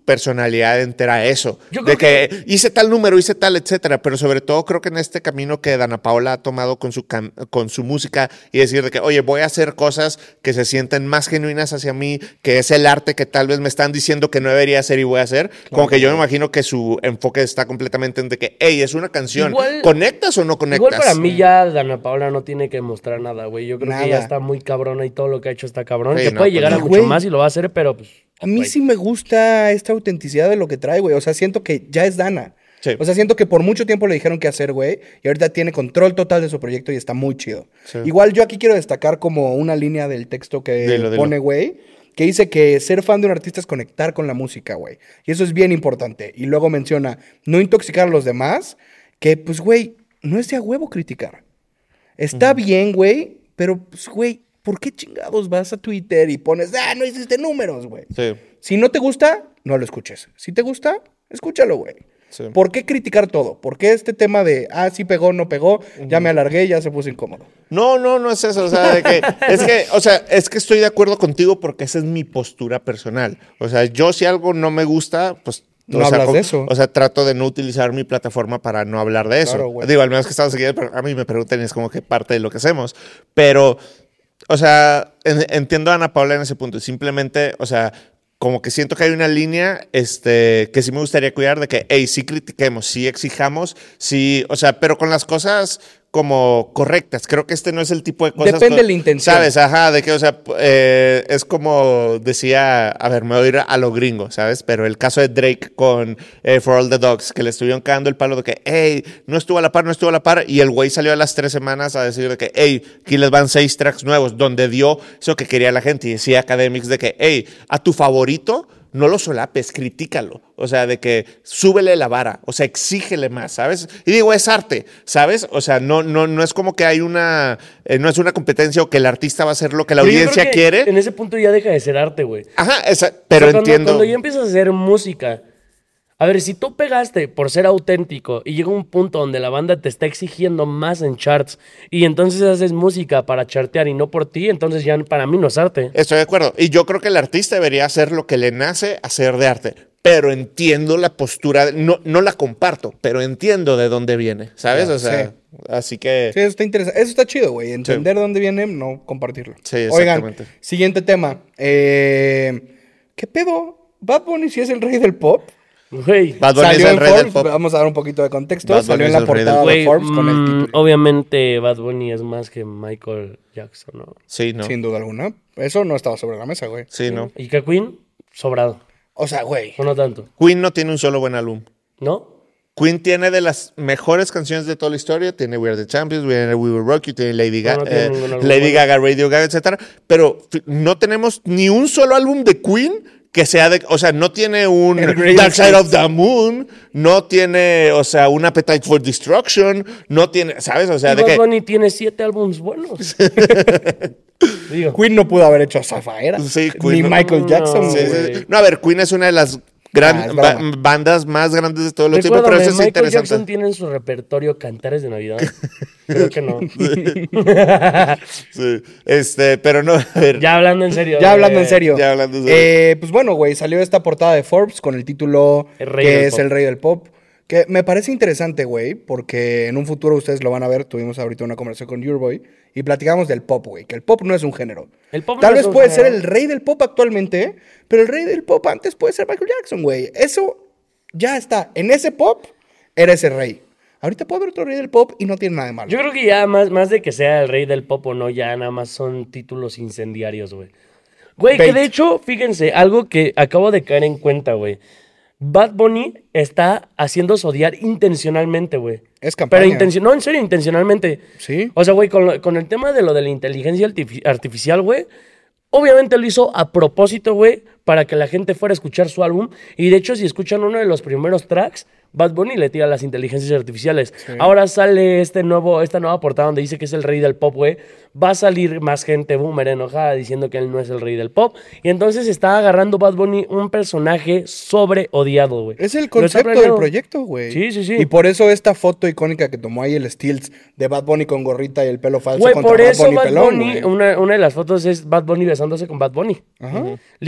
S3: personalidad entera a eso.
S1: Yo
S3: De
S1: creo
S3: que, hice tal número, hice tal, etcétera. Pero sobre todo creo que en este camino que Dana Paola ha tomado con su, cam- con su música y decir de que, oye, voy a hacer cosas que se sienten más genuinas hacia mí, que es el arte que tal vez me están diciendo que no debería hacer y voy a hacer. Claro, como que yo me imagino que su enfoque está completamente en de que, hey, es una canción.
S1: Igual,
S3: ¿Conectas o no conectas?
S1: Igual para mí ya Dana Paola no tiene que mostrar nada, güey. Yo creo
S2: Nada.
S1: que ya está muy cabrona y todo lo que ha hecho está cabrón.
S3: Sí,
S1: que
S3: no,
S1: puede
S3: pues
S1: llegar
S3: no.
S1: a mucho
S2: Güey.
S1: más y lo va a hacer, pero pues...
S2: A mí
S1: güey.
S2: sí me gusta esta autenticidad de lo que trae, güey. O sea, siento que ya es Dana.
S3: Sí.
S2: O sea, siento que por mucho tiempo le dijeron qué hacer, güey. Y ahorita tiene control total de su proyecto y está muy chido.
S3: Sí.
S2: Igual yo aquí quiero destacar como una línea del texto que
S3: Dilo, dilo.
S2: pone, güey. Que dice que ser fan de un artista es conectar con la música, güey. Y eso es bien importante. Y luego menciona no intoxicar a los demás. Que, pues, güey, no es de a huevo criticar. Está bien, güey. Pero, pues, güey, ¿por qué chingados vas a Twitter y pones, ah, no hiciste números, güey?
S3: Sí.
S2: Si no te gusta, no lo escuches. Si te gusta, escúchalo, güey.
S3: Sí.
S2: ¿Por qué criticar todo? ¿Por qué este tema de, ah, sí pegó, no pegó, ya me alargué, ya se puso incómodo?
S3: No, no, no es eso. O sea, de que, es que, o sea, es que estoy de acuerdo contigo porque esa es mi postura personal. O sea, yo si algo no me gusta, pues.
S2: No
S3: o sea,
S2: hablas
S3: co-
S2: de eso.
S3: O sea, trato de no utilizar mi plataforma para no hablar de eso.
S2: Claro, güey.
S3: Digo, al menos que estamos aquí, pero a mí me preguntan y es como que parte de lo que hacemos. Pero, o sea, en- entiendo a Ana Paula en ese punto. Simplemente, o sea, como que siento que hay una línea este, que sí me gustaría cuidar de que, hey, sí critiquemos, sí exijamos, sí, o sea, pero con las cosas como correctas. Creo que este no es el tipo de cosas...
S2: Depende
S3: co-
S2: de la intención.
S3: ¿Sabes? Ajá, de que, o sea, eh, es como decía, a ver, me voy a ir a lo gringo, ¿sabes? Pero el caso de Drake con eh, For All the Dogs, que le estuvieron cagando el palo de que, hey, no estuvo a la par, no estuvo a la par, y el güey salió a las tres semanas a decir de que, hey, aquí les van seis tracks nuevos, donde dio eso que quería la gente, y decía Academics de que, hey, a tu favorito no lo solapes, critícalo. O sea, de que súbele la vara, o sea, exígele más, ¿sabes? Y digo, es arte, ¿sabes? O sea, no, no, no es como que hay una, eh, no es una competencia o que el artista va a hacer lo que la
S1: Pero yo
S3: audiencia
S1: creo que
S3: quiere.
S1: En ese punto ya deja de ser arte, güey.
S3: Ajá, esa- pero
S1: O sea, cuando-
S3: entiendo.
S1: Cuando ya empiezas a hacer música, a ver, si tú pegaste por ser auténtico y llega un punto donde la banda te está exigiendo más en charts y entonces haces música para chartear y no por ti, entonces ya para mí no es arte.
S3: Estoy de acuerdo. Y yo creo que el artista debería hacer lo que le nace hacer de arte. Pero entiendo la postura, de- no, no la comparto, pero entiendo de dónde viene, ¿sabes?
S2: Ya,
S3: O sea,
S2: sí.
S3: así que...
S2: Sí, eso está interesante. Eso está chido, güey. Entender de dónde viene, no compartirlo.
S3: Sí,
S2: Oigan,
S3: exactamente.
S2: siguiente tema. Eh, ¿Qué pedo? ¿Bad Bunny sí es el rey del pop?
S1: Güey,
S3: Bad Bunny es
S2: Salió
S3: el
S2: en
S3: rey
S2: Forbes,
S3: del pop.
S2: vamos a dar un poquito de contexto.
S3: Bad
S2: Salió
S3: Bunny
S2: en
S3: es
S2: la
S3: el rey del
S2: portada de
S1: güey,
S2: Forbes con el
S1: mm,
S2: título.
S1: obviamente Bad Bunny es más que Michael Jackson, ¿no?
S3: Sí, no.
S2: Sin duda alguna. Eso no estaba sobre la mesa, güey.
S3: Sí, no.
S1: Y que Queen, sobrado.
S2: O sea, güey.
S1: O no tanto,
S3: Queen no tiene un solo buen álbum.
S1: ¿no?
S3: Queen tiene de las mejores canciones de toda la historia. Tiene We Are the Champions, We, We Will Rock You, tiene Lady, Ga-
S1: No, no tiene
S3: eh,
S1: ningún álbum
S3: Lady
S1: bueno.
S3: Gaga, Radio Gaga, etcétera. Pero fi- no tenemos ni un solo álbum de Queen que sea de... O sea, no tiene un
S2: El Greatest
S3: Dark Side
S2: Hits.
S3: of the Moon, no tiene, o sea, un Appetite for Destruction, no tiene, ¿sabes? O sea,
S1: Y
S3: de
S1: Bad
S3: que...
S1: Bunny tiene siete álbumes buenos. Digo,
S2: Queen no pudo haber hecho a Zafaera.
S3: Sí,
S2: Ni
S3: Queen no-
S2: Michael Jackson,
S3: Sí,
S2: güey.
S3: sí, sí. No, a ver, Queen es una de las gran,
S2: Ah, es
S3: ba-
S2: broma.
S3: bandas más grandes de todos los tiempos, pero
S1: recuérdame,
S3: eso es
S1: Michael
S3: interesante.
S1: Jackson tiene en su repertorio Cantares de Navidad. Creo que no.
S3: Sí. Este, pero no, a ver.
S1: Ya hablando en serio.
S2: Ya hablando en
S1: eh,
S2: serio.
S3: ya hablando en serio.
S2: Eh, pues bueno, güey, salió esta portada de Forbes con el título
S1: El rey
S2: que
S1: del
S2: es
S1: pop.
S2: el rey del pop. Que me parece interesante, güey, porque en un futuro ustedes lo van a ver. Tuvimos ahorita una conversación con Yourboy y platicamos del pop, güey, que el pop no es un género.
S1: El pop no
S2: Tal
S1: es
S2: vez
S1: un
S2: puede
S1: género.
S2: ser el rey del pop actualmente, pero el rey del pop antes puede ser Michael Jackson, güey. Eso ya está. En ese pop era ese rey. Ahorita puede haber otro rey del pop y no tiene nada de malo.
S1: Yo creo que ya más, más de que sea el rey del pop o no, ya nada más son títulos incendiarios, güey. Güey, que
S2: Bait.
S1: de hecho, fíjense, algo que acabo de caer en cuenta, güey. Bad Bunny está haciéndose odiar intencionalmente, güey.
S2: Es campaña.
S1: Pero intencio- no, en serio, intencionalmente.
S2: Sí.
S1: O sea, güey, con, lo- con el tema de lo de la inteligencia artifi- artificial, güey, obviamente lo hizo a propósito, güey, para que la gente fuera a escuchar su álbum. Y de hecho, si escuchan uno de los primeros tracks, Bad Bunny le tira las inteligencias artificiales. Ahora sale este nuevo, esta nueva portada donde dice que es el rey del pop, güey. Va a salir más gente boomer enojada diciendo que él no es el rey del pop. Y entonces está agarrando Bad Bunny un personaje sobre odiado, güey.
S2: Es el
S1: Lo está
S2: concepto del
S1: planeando.
S2: proyecto, güey.
S1: Sí, sí, sí.
S2: Y por eso esta foto icónica que tomó ahí el Stills de Bad Bunny con gorrita y el pelo falso
S1: Güey,
S2: contra
S1: por
S2: Bad
S1: eso
S2: Bunny
S1: Bad
S2: pelón,
S1: Bunny,
S2: güey.
S1: una, una de las fotos es Bad Bunny besándose con Bad Bunny.
S2: Ajá.
S1: Literalmente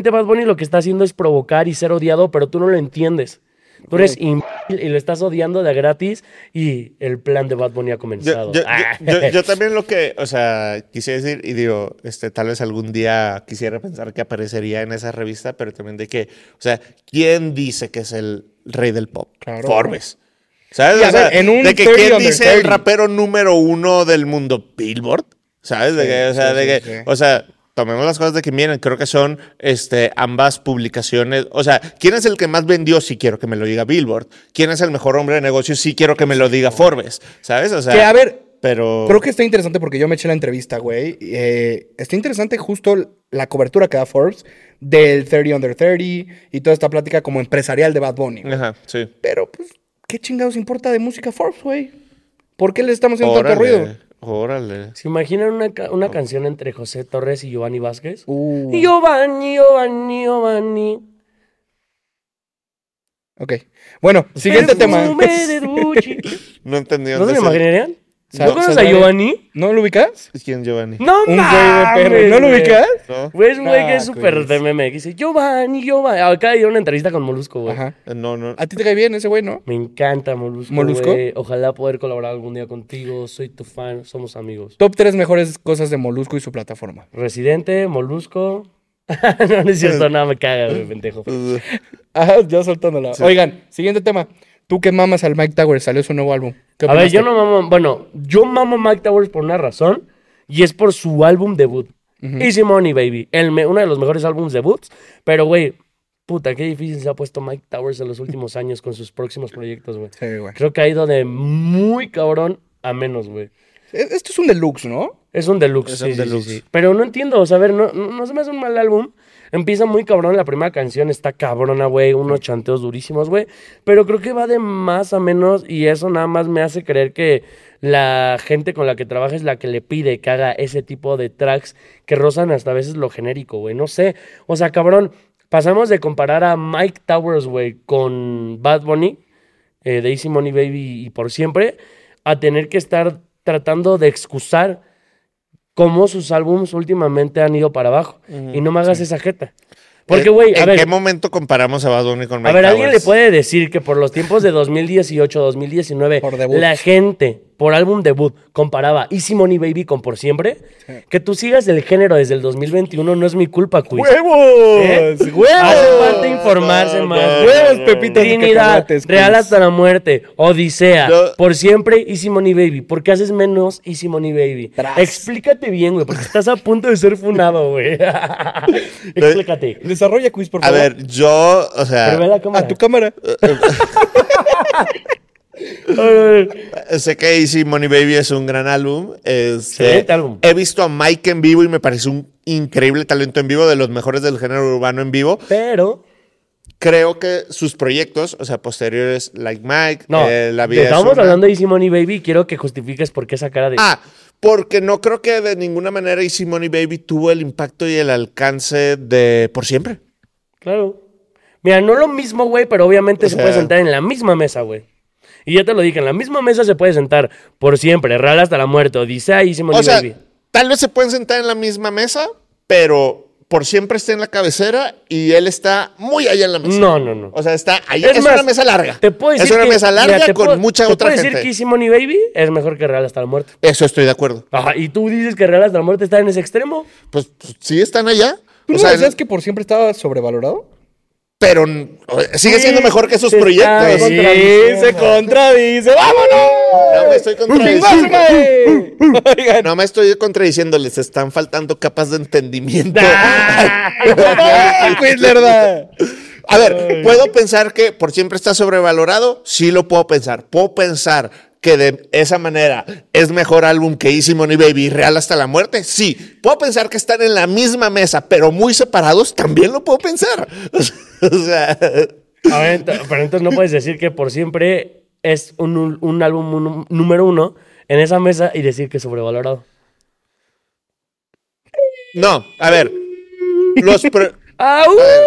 S1: realmente Bad Bunny lo que está haciendo es provocar y ser odiado, pero tú no lo entiendes. Tú eres imbécil y lo estás odiando de gratis y el plan de Bad Bunny ha comenzado.
S3: Yo, yo,
S1: Ah.
S3: yo, yo, yo también lo que, o sea, quisiera decir, y digo, este, tal vez algún día quisiera pensar que aparecería en esa revista, pero también de que, o sea, ¿quién dice que es el rey del pop?
S2: Claro.
S3: Forbes. ¿Sabes?
S2: Y a
S3: O sea,
S2: ver, en un
S3: de que
S2: thirty
S3: quién
S2: under
S3: dice el
S2: thirty.
S3: rapero número uno del mundo, Billboard. ¿Sabes? De
S2: Sí,
S3: que, o sea,
S2: sí,
S3: de
S2: sí,
S3: que,
S2: sí.
S3: o sea, tomemos las cosas de que miren, creo que son este, ambas publicaciones. O sea, ¿quién es el que más vendió? Sí quiero que me lo diga Billboard. ¿Quién es el mejor hombre de negocios? Sí quiero que me lo diga Forbes. ¿Sabes? O sea,
S2: Que, a ver,
S3: pero...
S2: creo que está interesante porque yo me eché la entrevista, güey. Eh, está interesante justo la cobertura que da Forbes del thirty under thirty y toda esta plática como empresarial de Bad Bunny. güey.
S3: Ajá, sí.
S2: Pero, pues, ¿qué chingados importa de música Forbes, güey? ¿Por qué le estamos haciendo tanto
S3: Órale,
S2: ruido?
S3: órale.
S1: ¿Se imaginan una, ca- una canción entre José Torres y Giovanni Vázquez?
S2: Uh.
S1: Giovanni, Giovanni, Giovanni.
S2: Ok. Bueno, siguiente tema.
S1: Perfume de Gucci.
S3: No entendí
S1: ¿No
S3: dónde
S1: se lo
S3: es el-
S1: imaginarían?
S2: Sa-
S1: ¿No conoces a
S2: César-
S1: Giovanni?
S2: ¿No lo ubicas?
S3: ¿Quién, Giovanni?
S1: No
S2: Un güey
S1: mames,
S2: de perro. ¿No lo
S1: güey.
S2: ubicas?
S3: ¿No?
S1: Güey, es un güey que
S2: Ah,
S1: es súper
S2: pues.
S1: de meme. Que dice, Giovanni, Giovanni. Acá dio una entrevista con Molusco, güey.
S2: Ajá.
S3: Eh, No, no.
S2: ¿A ti te cae bien ese güey, no?
S1: Me encanta Molusco,
S2: ¿Molusco?
S1: güey. Ojalá poder colaborar algún día contigo. Soy tu fan, somos amigos.
S2: Top tres mejores cosas de Molusco y su plataforma.
S1: Residente, Molusco. No, no es cierto, nada, me caga, güey, pendejo.
S2: Ah, ya soltándola. Oigan, siguiente tema. Tú que mamas al Mike Towers, salió su nuevo álbum. ¿Qué
S1: A ver,
S2: opinaste?
S1: yo no mamo, bueno, yo mamo Mike Towers por una razón y es por su álbum debut. Easy Money, Baby. El me- uno de los mejores álbumes debuts, pero güey, puta, qué difícil se ha puesto Mike Towers en los últimos años con sus próximos proyectos, güey.
S2: Sí, güey.
S1: Creo que ha ido de muy cabrón a menos, güey.
S2: E- Esto es un deluxe, ¿no?
S1: Es un deluxe,
S3: Es
S1: sí,
S3: un
S1: sí,
S3: deluxe.
S1: sí, sí. Pero no entiendo, o sea, a ver, no, no, no se me hace un mal álbum. Empieza muy cabrón, la primera canción está cabrona, güey, unos chanteos durísimos, güey. Pero creo que va de más a menos y eso nada más me hace creer que la gente con la que trabaja es la que le pide que haga ese tipo de tracks que rozan hasta a veces lo genérico, güey. No sé, o sea, cabrón, pasamos de comparar a Mike Towers, güey, con Bad Bunny, eh, de Easy Money Baby y Por Siempre, a tener que estar tratando de excusar cómo sus álbumes últimamente han ido para abajo. Y no me hagas esa jeta. Porque, güey, a
S3: ¿En
S1: ver,
S3: qué momento comparamos a Bad Bunny con Mike
S1: a ver, alguien le
S3: Towers?
S1: puede decir que por los tiempos de dos mil dieciocho, dos mil diecinueve,
S2: Por debut.
S1: la gente, por álbum debut, comparaba Easy Money Baby con Por Siempre. Que tú sigas el género desde el dos mil veintiuno no es mi culpa, quiz.
S2: ¡Huevos!
S1: ¿Eh?
S2: ¡Huevos!
S1: Hace falta informarse
S3: no,
S1: más.
S3: no,
S2: ¡Huevos,
S3: no,
S2: Pepitas de
S1: Trinidad,
S2: cacahuates,
S1: Real
S2: quiz!
S1: hasta la muerte, Odisea,
S3: Yo-
S1: Por Siempre, Easy Money Baby. ¿Por qué haces menos Easy Money Baby?
S2: Tras.
S1: Explícate bien, güey, porque estás a punto de ser funado, güey. Explícate.
S2: Desarrolla quiz, por
S3: A
S2: favor.
S3: ver, yo, o sea...
S1: Pero ve la cámara.
S2: A tu cámara.
S3: Sé que Easy Money Baby es un gran álbum. Este,
S1: Excelente álbum.
S3: He visto a Mike en vivo y me parece un increíble talento en vivo, de los mejores del género urbano en vivo.
S1: Pero,
S3: Creo que sus proyectos, o sea, posteriores, Like Mike,
S1: no,
S3: eh, La Vida es
S1: estamos
S3: Una-
S1: hablando de Easy Money Baby y quiero que justifiques por qué esa cara de...
S3: Ah, porque no creo que de ninguna manera Easy Money Baby tuvo el impacto y el alcance de Por Siempre.
S1: Claro. Mira, no lo mismo, güey, pero obviamente
S3: O
S1: se
S3: sea-
S1: puede sentar en la misma mesa, güey. Y ya te lo dije, en la misma mesa se puede sentar Por Siempre, Real hasta la muerte, Odisea y Easy Money
S3: O sea,
S1: Baby.
S3: tal vez se pueden sentar en la misma mesa, pero Por Siempre está en la cabecera y él está muy allá en la mesa.
S1: No, no, no.
S3: O sea, está ahí.
S1: Es
S3: Es,
S1: más,
S3: una mesa larga.
S1: Te puedo decir
S3: es una
S1: que-
S3: mesa larga
S1: mira, te
S3: con
S1: puedo-
S3: mucha
S1: te
S3: otra
S1: puedo
S3: gente.
S1: decir que Easy Money Baby es mejor que Real hasta la muerte.
S3: Eso estoy de acuerdo.
S1: Ajá, y tú dices que Real hasta la muerte está en ese extremo.
S3: Pues, pues, sí están allá.
S2: ¿Tú
S3: O
S2: no
S3: sea,
S2: decías que por siempre estaba sobrevalorado?
S3: pero mm, sigue siendo
S1: Sí,
S3: mejor que esos
S1: se está
S3: proyectos.
S1: contradiciendo.
S2: se contradice. ¡Vámonos!
S3: No me estoy contradiciendo.
S2: ¡Pásame! Oigan,
S3: No me estoy contradiciendo, les están faltando capas de entendimiento.
S2: ¡ay, quiz, lerda!
S3: A ver, ¿puedo pensar que Por Siempre está sobrevalorado? Sí lo puedo pensar. Puedo pensar que de esa manera es mejor álbum que Easy Money Baby y Real hasta la muerte. Sí. Puedo pensar que están en la misma mesa, pero muy separados. También lo puedo pensar. O sea,
S1: A ver, ent- pero entonces no puedes decir que Por Siempre es un, un álbum un- número uno en esa mesa y decir que es sobrevalorado.
S3: no, a ver. Los pro-
S1: ¡Au!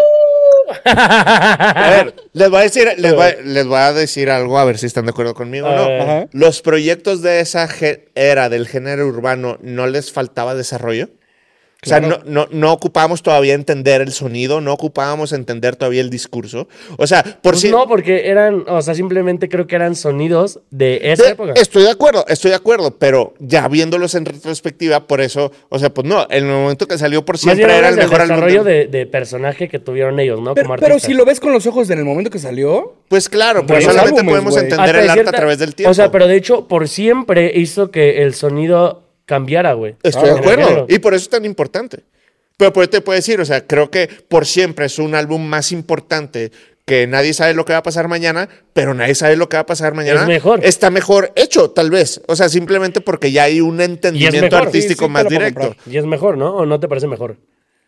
S3: A ver, les voy a decir, les voy, a- les voy a decir algo, a ver si están de acuerdo conmigo o
S1: A
S3: no.
S1: ver.
S2: Ajá.
S3: Los proyectos de esa ge- era del género urbano, ¿no les faltaba desarrollo? O sea,
S2: Claro.
S3: no, no, no ocupábamos todavía entender el sonido, no ocupábamos entender todavía el discurso. O sea, por
S1: Pues
S3: si...
S1: no, porque eran, o sea, simplemente creo que eran sonidos de esa
S3: De-
S1: época.
S3: Estoy de acuerdo, estoy de acuerdo, pero ya viéndolos en retrospectiva, por eso, o sea, pues no, en el momento que salió por
S1: Más
S3: siempre
S1: bien
S3: era el
S1: hablas del
S3: mejor álbum.
S1: desarrollo
S3: del-
S1: de, de personaje que tuvieron ellos, ¿no?
S2: Pero,
S1: Como
S2: pero
S1: artistas.
S2: si lo ves con los ojos de en el momento que salió,
S3: Pues claro, pero
S2: Buenos
S3: solamente
S2: álbumes,
S3: podemos
S2: güey.
S3: entender
S1: Hasta
S3: el
S1: de
S3: arte
S1: cierta-
S3: a través del tiempo.
S1: O sea, pero de hecho, por siempre hizo que el sonido cambiara, güey.
S3: Estoy
S2: Claro.
S3: de acuerdo.
S1: En el género.
S3: Y por eso es tan importante. Pero por eso te puedo decir, o sea, creo que por siempre es un álbum más importante que nadie sabe lo que va a pasar mañana, pero nadie sabe lo que va a pasar mañana.
S1: Es mejor.
S3: Está mejor hecho, tal vez. O sea, simplemente porque ya hay un entendimiento
S1: mejor.
S3: artístico
S2: Sí, sí, te
S3: más
S2: lo puedo
S3: directo.
S2: comprar.
S1: Y es mejor, ¿no? ¿O no te parece mejor?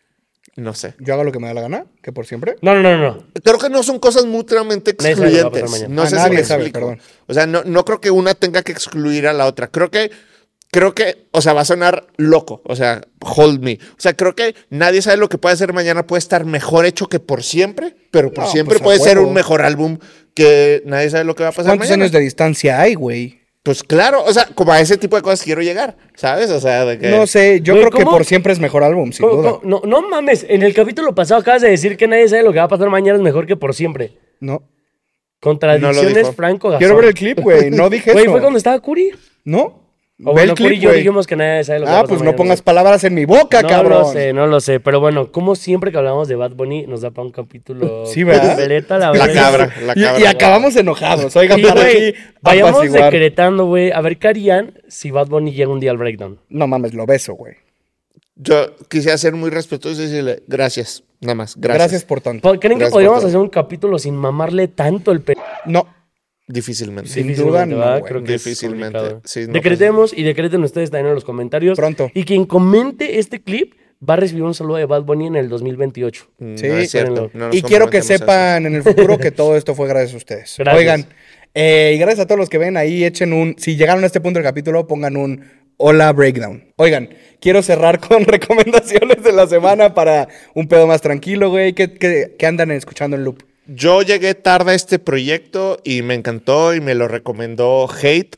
S3: No sé.
S2: yo hago lo que me da la gana, que por siempre.
S1: No, no, no, no.
S3: Creo que no son cosas mutuamente
S1: Nadie sabe lo que va a
S3: excluyentes.
S1: pasar mañana.
S3: No
S2: Ah,
S3: sé
S2: nadie
S3: si me
S2: sabe,
S3: explico.
S2: perdón.
S3: O sea, no, no creo que una tenga que excluir a la otra. Creo que, creo que, o sea, va a sonar loco. O sea, hold me. O sea, creo que nadie sabe lo que puede hacer mañana. Puede estar mejor hecho que por siempre, pero por
S2: No,
S3: siempre
S2: pues, a
S3: puede ser
S2: huevo.
S3: un mejor álbum que nadie sabe lo que va a pasar
S2: ¿Cuántos
S3: mañana.
S2: años de distancia hay, güey?
S3: Pues claro, o sea, como a ese tipo de cosas quiero llegar, ¿sabes? O sea, de que...
S2: No sé, yo
S1: Güey,
S2: creo que
S1: ¿cómo?
S2: por siempre es mejor álbum, sin
S1: ¿Cómo-
S2: duda.
S1: cómo? No, no mames. En el capítulo pasado acabas de decir que nadie sabe lo que va a pasar mañana es mejor que por siempre.
S2: No.
S1: Contradicciones
S3: dijo.
S1: Franco Gasón.
S2: Quiero ver el clip, güey. No dije
S1: Güey,
S2: eso.
S1: fue cuando estaba Curi.
S2: ¿No?
S1: O
S2: Ve
S1: bueno,
S2: el
S1: Curi y
S2: clip,
S1: yo
S2: güey.
S1: dijimos que nadie sabe lo que va a
S2: Ah,
S1: pasar
S2: pues no
S1: mañana.
S2: pongas palabras en mi boca,
S1: No
S2: cabrón.
S1: lo sé, no lo sé. Pero bueno, como siempre que hablamos de Bad Bunny, nos da para un capítulo.
S2: Sí, ¿verdad?
S1: Completa, la,
S3: La
S1: verdad.
S3: cabra, la
S2: Y,
S3: cabra.
S2: y acabamos enojados. Oigan,
S1: Y,
S2: para
S1: güey,
S2: aquí
S1: vayamos
S2: apaciguar.
S1: decretando, güey. A ver qué harían si Bad Bunny llega un día al breakdown.
S2: No mames, lo beso, güey.
S3: Yo quisiera ser muy respetuoso y decirle gracias, nada más, gracias.
S2: Gracias por tanto.
S1: Po- ¿Creen que
S3: Gracias
S1: podríamos
S3: por todo.
S1: hacer un capítulo sin mamarle tanto el pe...
S2: No.
S3: Difícilmente.
S2: Sin
S1: Difícilmente,
S2: duda no,
S1: ¿verdad?
S2: güey.
S1: Creo que es
S3: Difícilmente.
S1: complicado.
S3: Sí, no
S1: Decretemos y decreten ustedes también en los comentarios.
S2: Pronto.
S1: Y quien comente este clip va a recibir un saludo de Bad Bunny en el dos mil veintiocho.
S3: No
S2: Sí,
S3: es cierto.
S1: espérenlo.
S3: no nos
S2: Y quiero que
S3: comprometemos a eso.
S2: sepan en el futuro que todo esto fue gracias a ustedes.
S1: Gracias.
S2: Oigan, eh, y gracias a todos los que ven ahí, echen un... Si llegaron a este punto del capítulo, pongan un hola breakdown. Oigan, quiero cerrar con recomendaciones de la semana para un pedo más tranquilo, güey. ¿Qué, qué, qué andan escuchando en loop?
S3: Yo llegué tarde a este proyecto y me encantó y me lo recomendó Hate,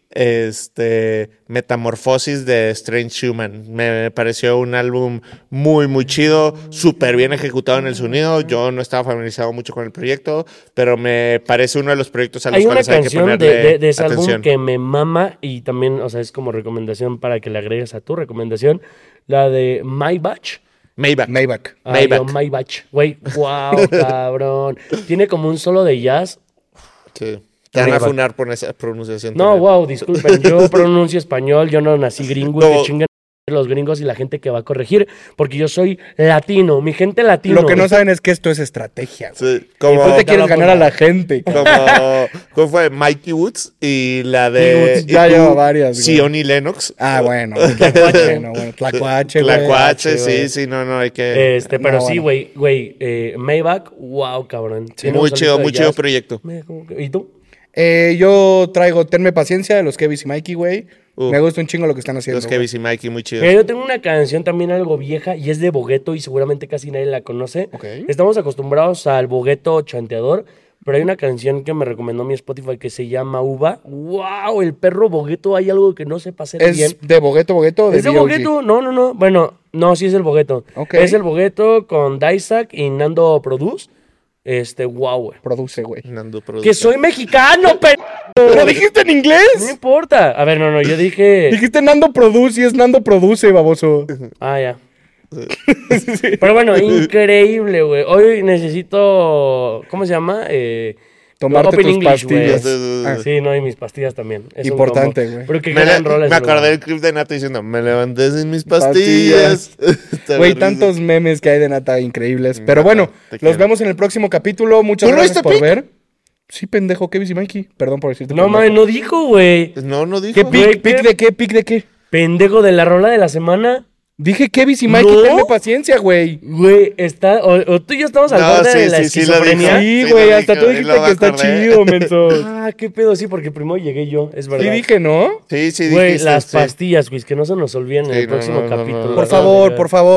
S3: este Metamorfosis de Strange Human. Me pareció un álbum muy, muy chido, súper bien ejecutado en el sonido. Yo no estaba familiarizado mucho con el proyecto, pero me parece uno de los proyectos a los
S1: Hay una
S3: cuales hay que
S1: canción de,
S3: ponerle
S1: de- de ese álbum
S3: atención.
S1: que me mama y también, o sea, es como recomendación para que le agregues a tu recomendación. La de My Batch.
S3: Maybach.
S2: Maybach.
S1: Ah,
S3: Maybach.
S1: yo, My Batch. Güey, wow, cabrón. Tiene como un solo de jazz.
S3: Sí. Te van a
S1: Maybach.
S3: funar por esa pronunciación.
S1: No,
S3: también.
S1: wow, disculpen. Yo pronuncio español, yo no nací gringo y
S3: No.
S1: que chinguen los gringos y la gente que va a corregir, porque yo soy latino, mi gente latino.
S2: Lo que no saben es que esto es estrategia, güey.
S3: Sí, como,
S2: Tú te quieres
S1: habla
S2: ganar
S1: por
S2: a
S1: la-
S2: la gente.
S3: como ¿cómo fue? Mikey Woods y la de
S2: Woods ya
S3: y tú,
S2: lleva varias, güey.
S3: Sioni Lennox.
S2: Ah, bueno. Tlacuache. bueno, bueno. Tlacuache, güey.
S3: Tlacuache, sí,
S1: güey.
S3: sí, no, no, hay que...
S1: Este, pero
S2: No,
S1: sí,
S2: bueno.
S1: güey, güey, eh, Maybach, wow, cabrón. Tiene un
S3: muy
S1: solito
S3: chido,
S1: de
S3: muy
S1: jazz.
S3: chido proyecto.
S1: Me- como que- ¿Y tú?
S2: Eh, yo traigo Tenme Paciencia de los Kevis y Mikey, güey.
S3: Uh.
S2: Me gusta un chingo lo que están haciendo.
S3: Los
S2: güey.
S3: Kevis y Mikey, muy chido.
S1: Mira, yo tengo una canción también algo vieja y es de Bogueto y seguramente casi nadie la conoce.
S2: Ok.
S1: Estamos acostumbrados al Bogueto chanteador, pero hay una canción que me recomendó mi Spotify que se llama Uva. ¡Wow! El perro Bogueto, hay algo que no sepa hacer
S2: ¿Es
S1: bien.
S2: de Bogueto, Bogueto o de
S1: ¿Es de
S2: B O G?
S1: Bogueto? No, no, no. Bueno, no, sí es el Bogueto.
S2: Ok.
S1: Es el Bogueto con Daisak y Nando Produce. Este, wow, güey.
S2: Produce, güey.
S3: Nando produce.
S1: Que soy mexicano, pero
S2: ¿Lo dijiste en
S1: no
S2: inglés?
S1: importa. A ver, no, no, yo dije.
S2: Dijiste Nando Produce y es Nando Produce, baboso.
S1: Ah, ya. Pero bueno, increíble, güey. Hoy necesito. ¿Cómo se llama? Eh,
S2: Tomarte
S1: Open
S2: tus
S1: English, güey.
S2: pastillas.
S3: Ah.
S1: Sí, no, y mis pastillas también. Es un
S2: Importante,
S1: combo.
S2: güey.
S1: Pero qué
S3: Me,
S1: gran
S3: le-
S1: rola
S3: me
S1: ese,
S3: acordé
S1: güey.
S3: del clip de Nata diciendo, me levanté sin mis pastillas. Está
S2: Güey,
S3: bien
S2: tantos
S3: risa.
S2: memes que hay de Nata increíbles. Pero
S3: Nata,
S2: bueno,
S3: te
S2: los
S3: quiero.
S2: vemos en el próximo capítulo. Muchas
S3: ¿Tú lo
S2: gracias
S3: viste,
S2: por
S3: Pic?
S2: ver. Sí, pendejo, Kevis y Mikey. Perdón por decirte.
S1: No
S2: pendejo.
S1: mames, no dijo, güey.
S3: No, no dijo.
S2: ¿Qué
S1: Güey,
S2: pic? ¿Pic
S1: ¿qué?
S2: de qué? ¿Pic de qué?
S1: Pendejo de la rola de la semana.
S2: Dije Kevis y Mikey,
S1: ¿No?
S2: tenme paciencia, güey.
S1: Güey, está. O, o tú y yo estamos al
S3: No,
S1: borde
S3: sí,
S1: de la
S3: sí, sí lo
S1: esquizofrenia.
S3: dijo.
S2: Sí,
S3: Sí,
S2: güey,
S3: lo
S2: hasta
S3: dije,
S2: tú
S3: y
S2: dijiste
S3: lo
S2: que está
S3: acordé.
S2: chido, menso.
S1: Ah, qué pedo, sí, porque primero llegué yo, es verdad.
S2: Sí dije, ¿no?
S3: Sí, sí,
S1: Güey,
S3: dijiste,
S1: las
S3: sí.
S1: pastillas, güey, que no se nos olviden en
S3: Sí,
S1: el
S3: no,
S1: próximo
S3: no, no,
S1: capítulo.
S3: no,
S2: Por
S3: no,
S2: favor, por favor.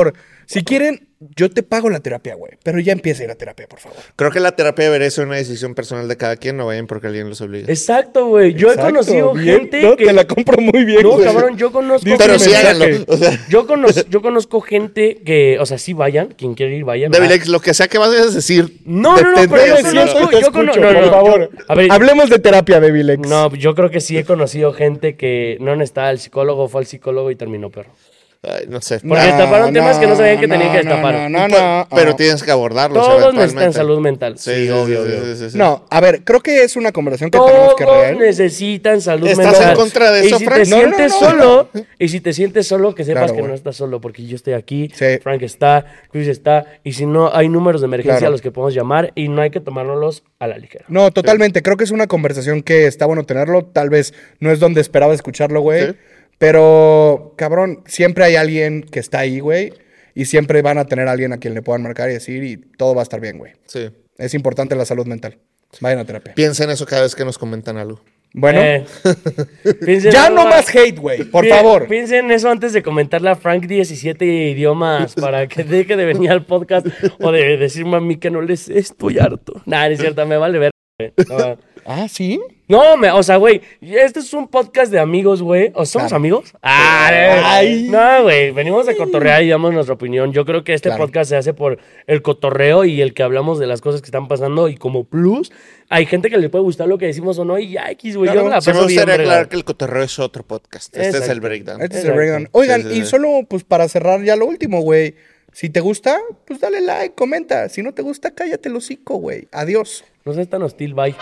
S2: Si quieren, yo te pago la terapia, güey. Pero ya empieza a ir a terapia, por favor.
S3: Creo que la terapia debería ser una decisión personal de cada quien, no vayan porque alguien los obliga.
S1: Exacto, güey. Yo
S2: Exacto,
S1: he conocido
S2: bien,
S1: gente
S2: no,
S1: que...
S2: te la compro muy bien,
S1: No,
S2: güey.
S1: cabrón, yo conozco...
S2: Dice
S3: Pero
S2: el
S3: sí
S2: mensaje.
S3: háganlo. O sea,
S1: Yo, conozco, yo conozco gente que, o sea, sí vayan, quien quiere ir, vayan.
S3: David
S1: Ah,
S3: X, lo que sea que vayas a decir.
S1: No, no, no,
S3: detente
S1: pero yo
S3: de
S2: Sí,
S3: decirlo.
S1: conozco-
S2: te
S1: yo cono-
S2: escucho,
S1: no, no,
S2: por
S1: no,
S2: favor.
S1: yo- a ver-
S2: Hablemos de terapia, Devilex.
S1: No, yo creo que sí he conocido gente que no necesitaba el psicólogo, fue al psicólogo y terminó perro.
S3: Ay, no sé.
S1: Porque destaparon temas que no sabían que tenían que destapar.
S2: No, no,
S3: Pues,
S2: no.
S3: pero
S2: no.
S3: tienes que abordarlos.
S1: Todos
S3: eventualmente.
S1: necesitan salud mental. Sí,
S3: Sí, sí,
S1: obvio,
S3: sí,
S1: obvio.
S3: sí, sí, sí.
S2: No, a ver, creo que es una conversación que tenemos que
S1: Todos
S2: real.
S1: necesitan salud
S3: ¿Estás
S1: mental.
S3: en contra de eso,
S1: y si
S3: Frank?
S1: te
S2: No, no,
S1: sientes
S2: no,
S1: solo, y si te sientes solo, que sepas
S2: Claro,
S1: que
S2: güey.
S1: no estás solo, porque yo estoy aquí,
S2: Sí.
S1: Frank está, Chris está, y si no, hay números de emergencia
S2: Claro.
S1: a los que podemos llamar y no hay que tomárnoslos a la ligera.
S2: No, totalmente. Creo que es una conversación que está bueno tenerlo. Tal vez no es donde esperaba escucharlo, güey.
S3: Sí.
S2: Pero, cabrón, siempre hay alguien que está ahí, güey. Y siempre van a tener a alguien a quien le puedan marcar y decir y todo va a estar bien, güey.
S3: Sí.
S2: Es importante la salud mental. Vayan a terapia.
S3: Piensa en eso cada vez que nos comentan algo.
S2: Bueno,
S1: Eh, piensen
S2: ya
S1: algo
S2: no más hate, güey. Por
S1: Pi-
S2: favor.
S1: Piensen eso antes de comentarle a Frank diecisiete idiomas para que deje de venir al podcast o de decirme a mí que no les estoy harto. Nah, no es cierto, me vale ver. güey. No,
S2: Ah, ¿sí?
S1: No, me, o sea, güey, este es un podcast de amigos, güey. ¿O somos
S2: Claro.
S1: amigos? Ay, no, güey, venimos a cotorrear y damos nuestra opinión. Yo creo que este
S2: Claro.
S1: podcast se hace por el cotorreo y el que hablamos de las cosas que están pasando y como plus, hay gente que le puede gustar lo que decimos o no y ya, X, güey, yo
S2: Claro.
S1: me la
S3: Sí, me
S1: paso bien,
S3: gustaría
S1: verga.
S3: aclarar que el cotorreo es otro podcast. Este es
S1: Exacto.
S3: el breakdown.
S2: Este es el
S1: Exacto.
S2: breakdown. Oigan,
S3: Sí, sí,
S2: y
S3: sí.
S2: solo pues para cerrar ya lo último, güey. Si te gusta, pues dale like, comenta. Si no te gusta, cállate el hocico, güey. Adiós.
S1: No seas tan hostil, bye.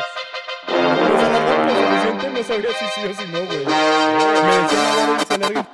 S2: No sabía si sí o si no, güey. Me decían,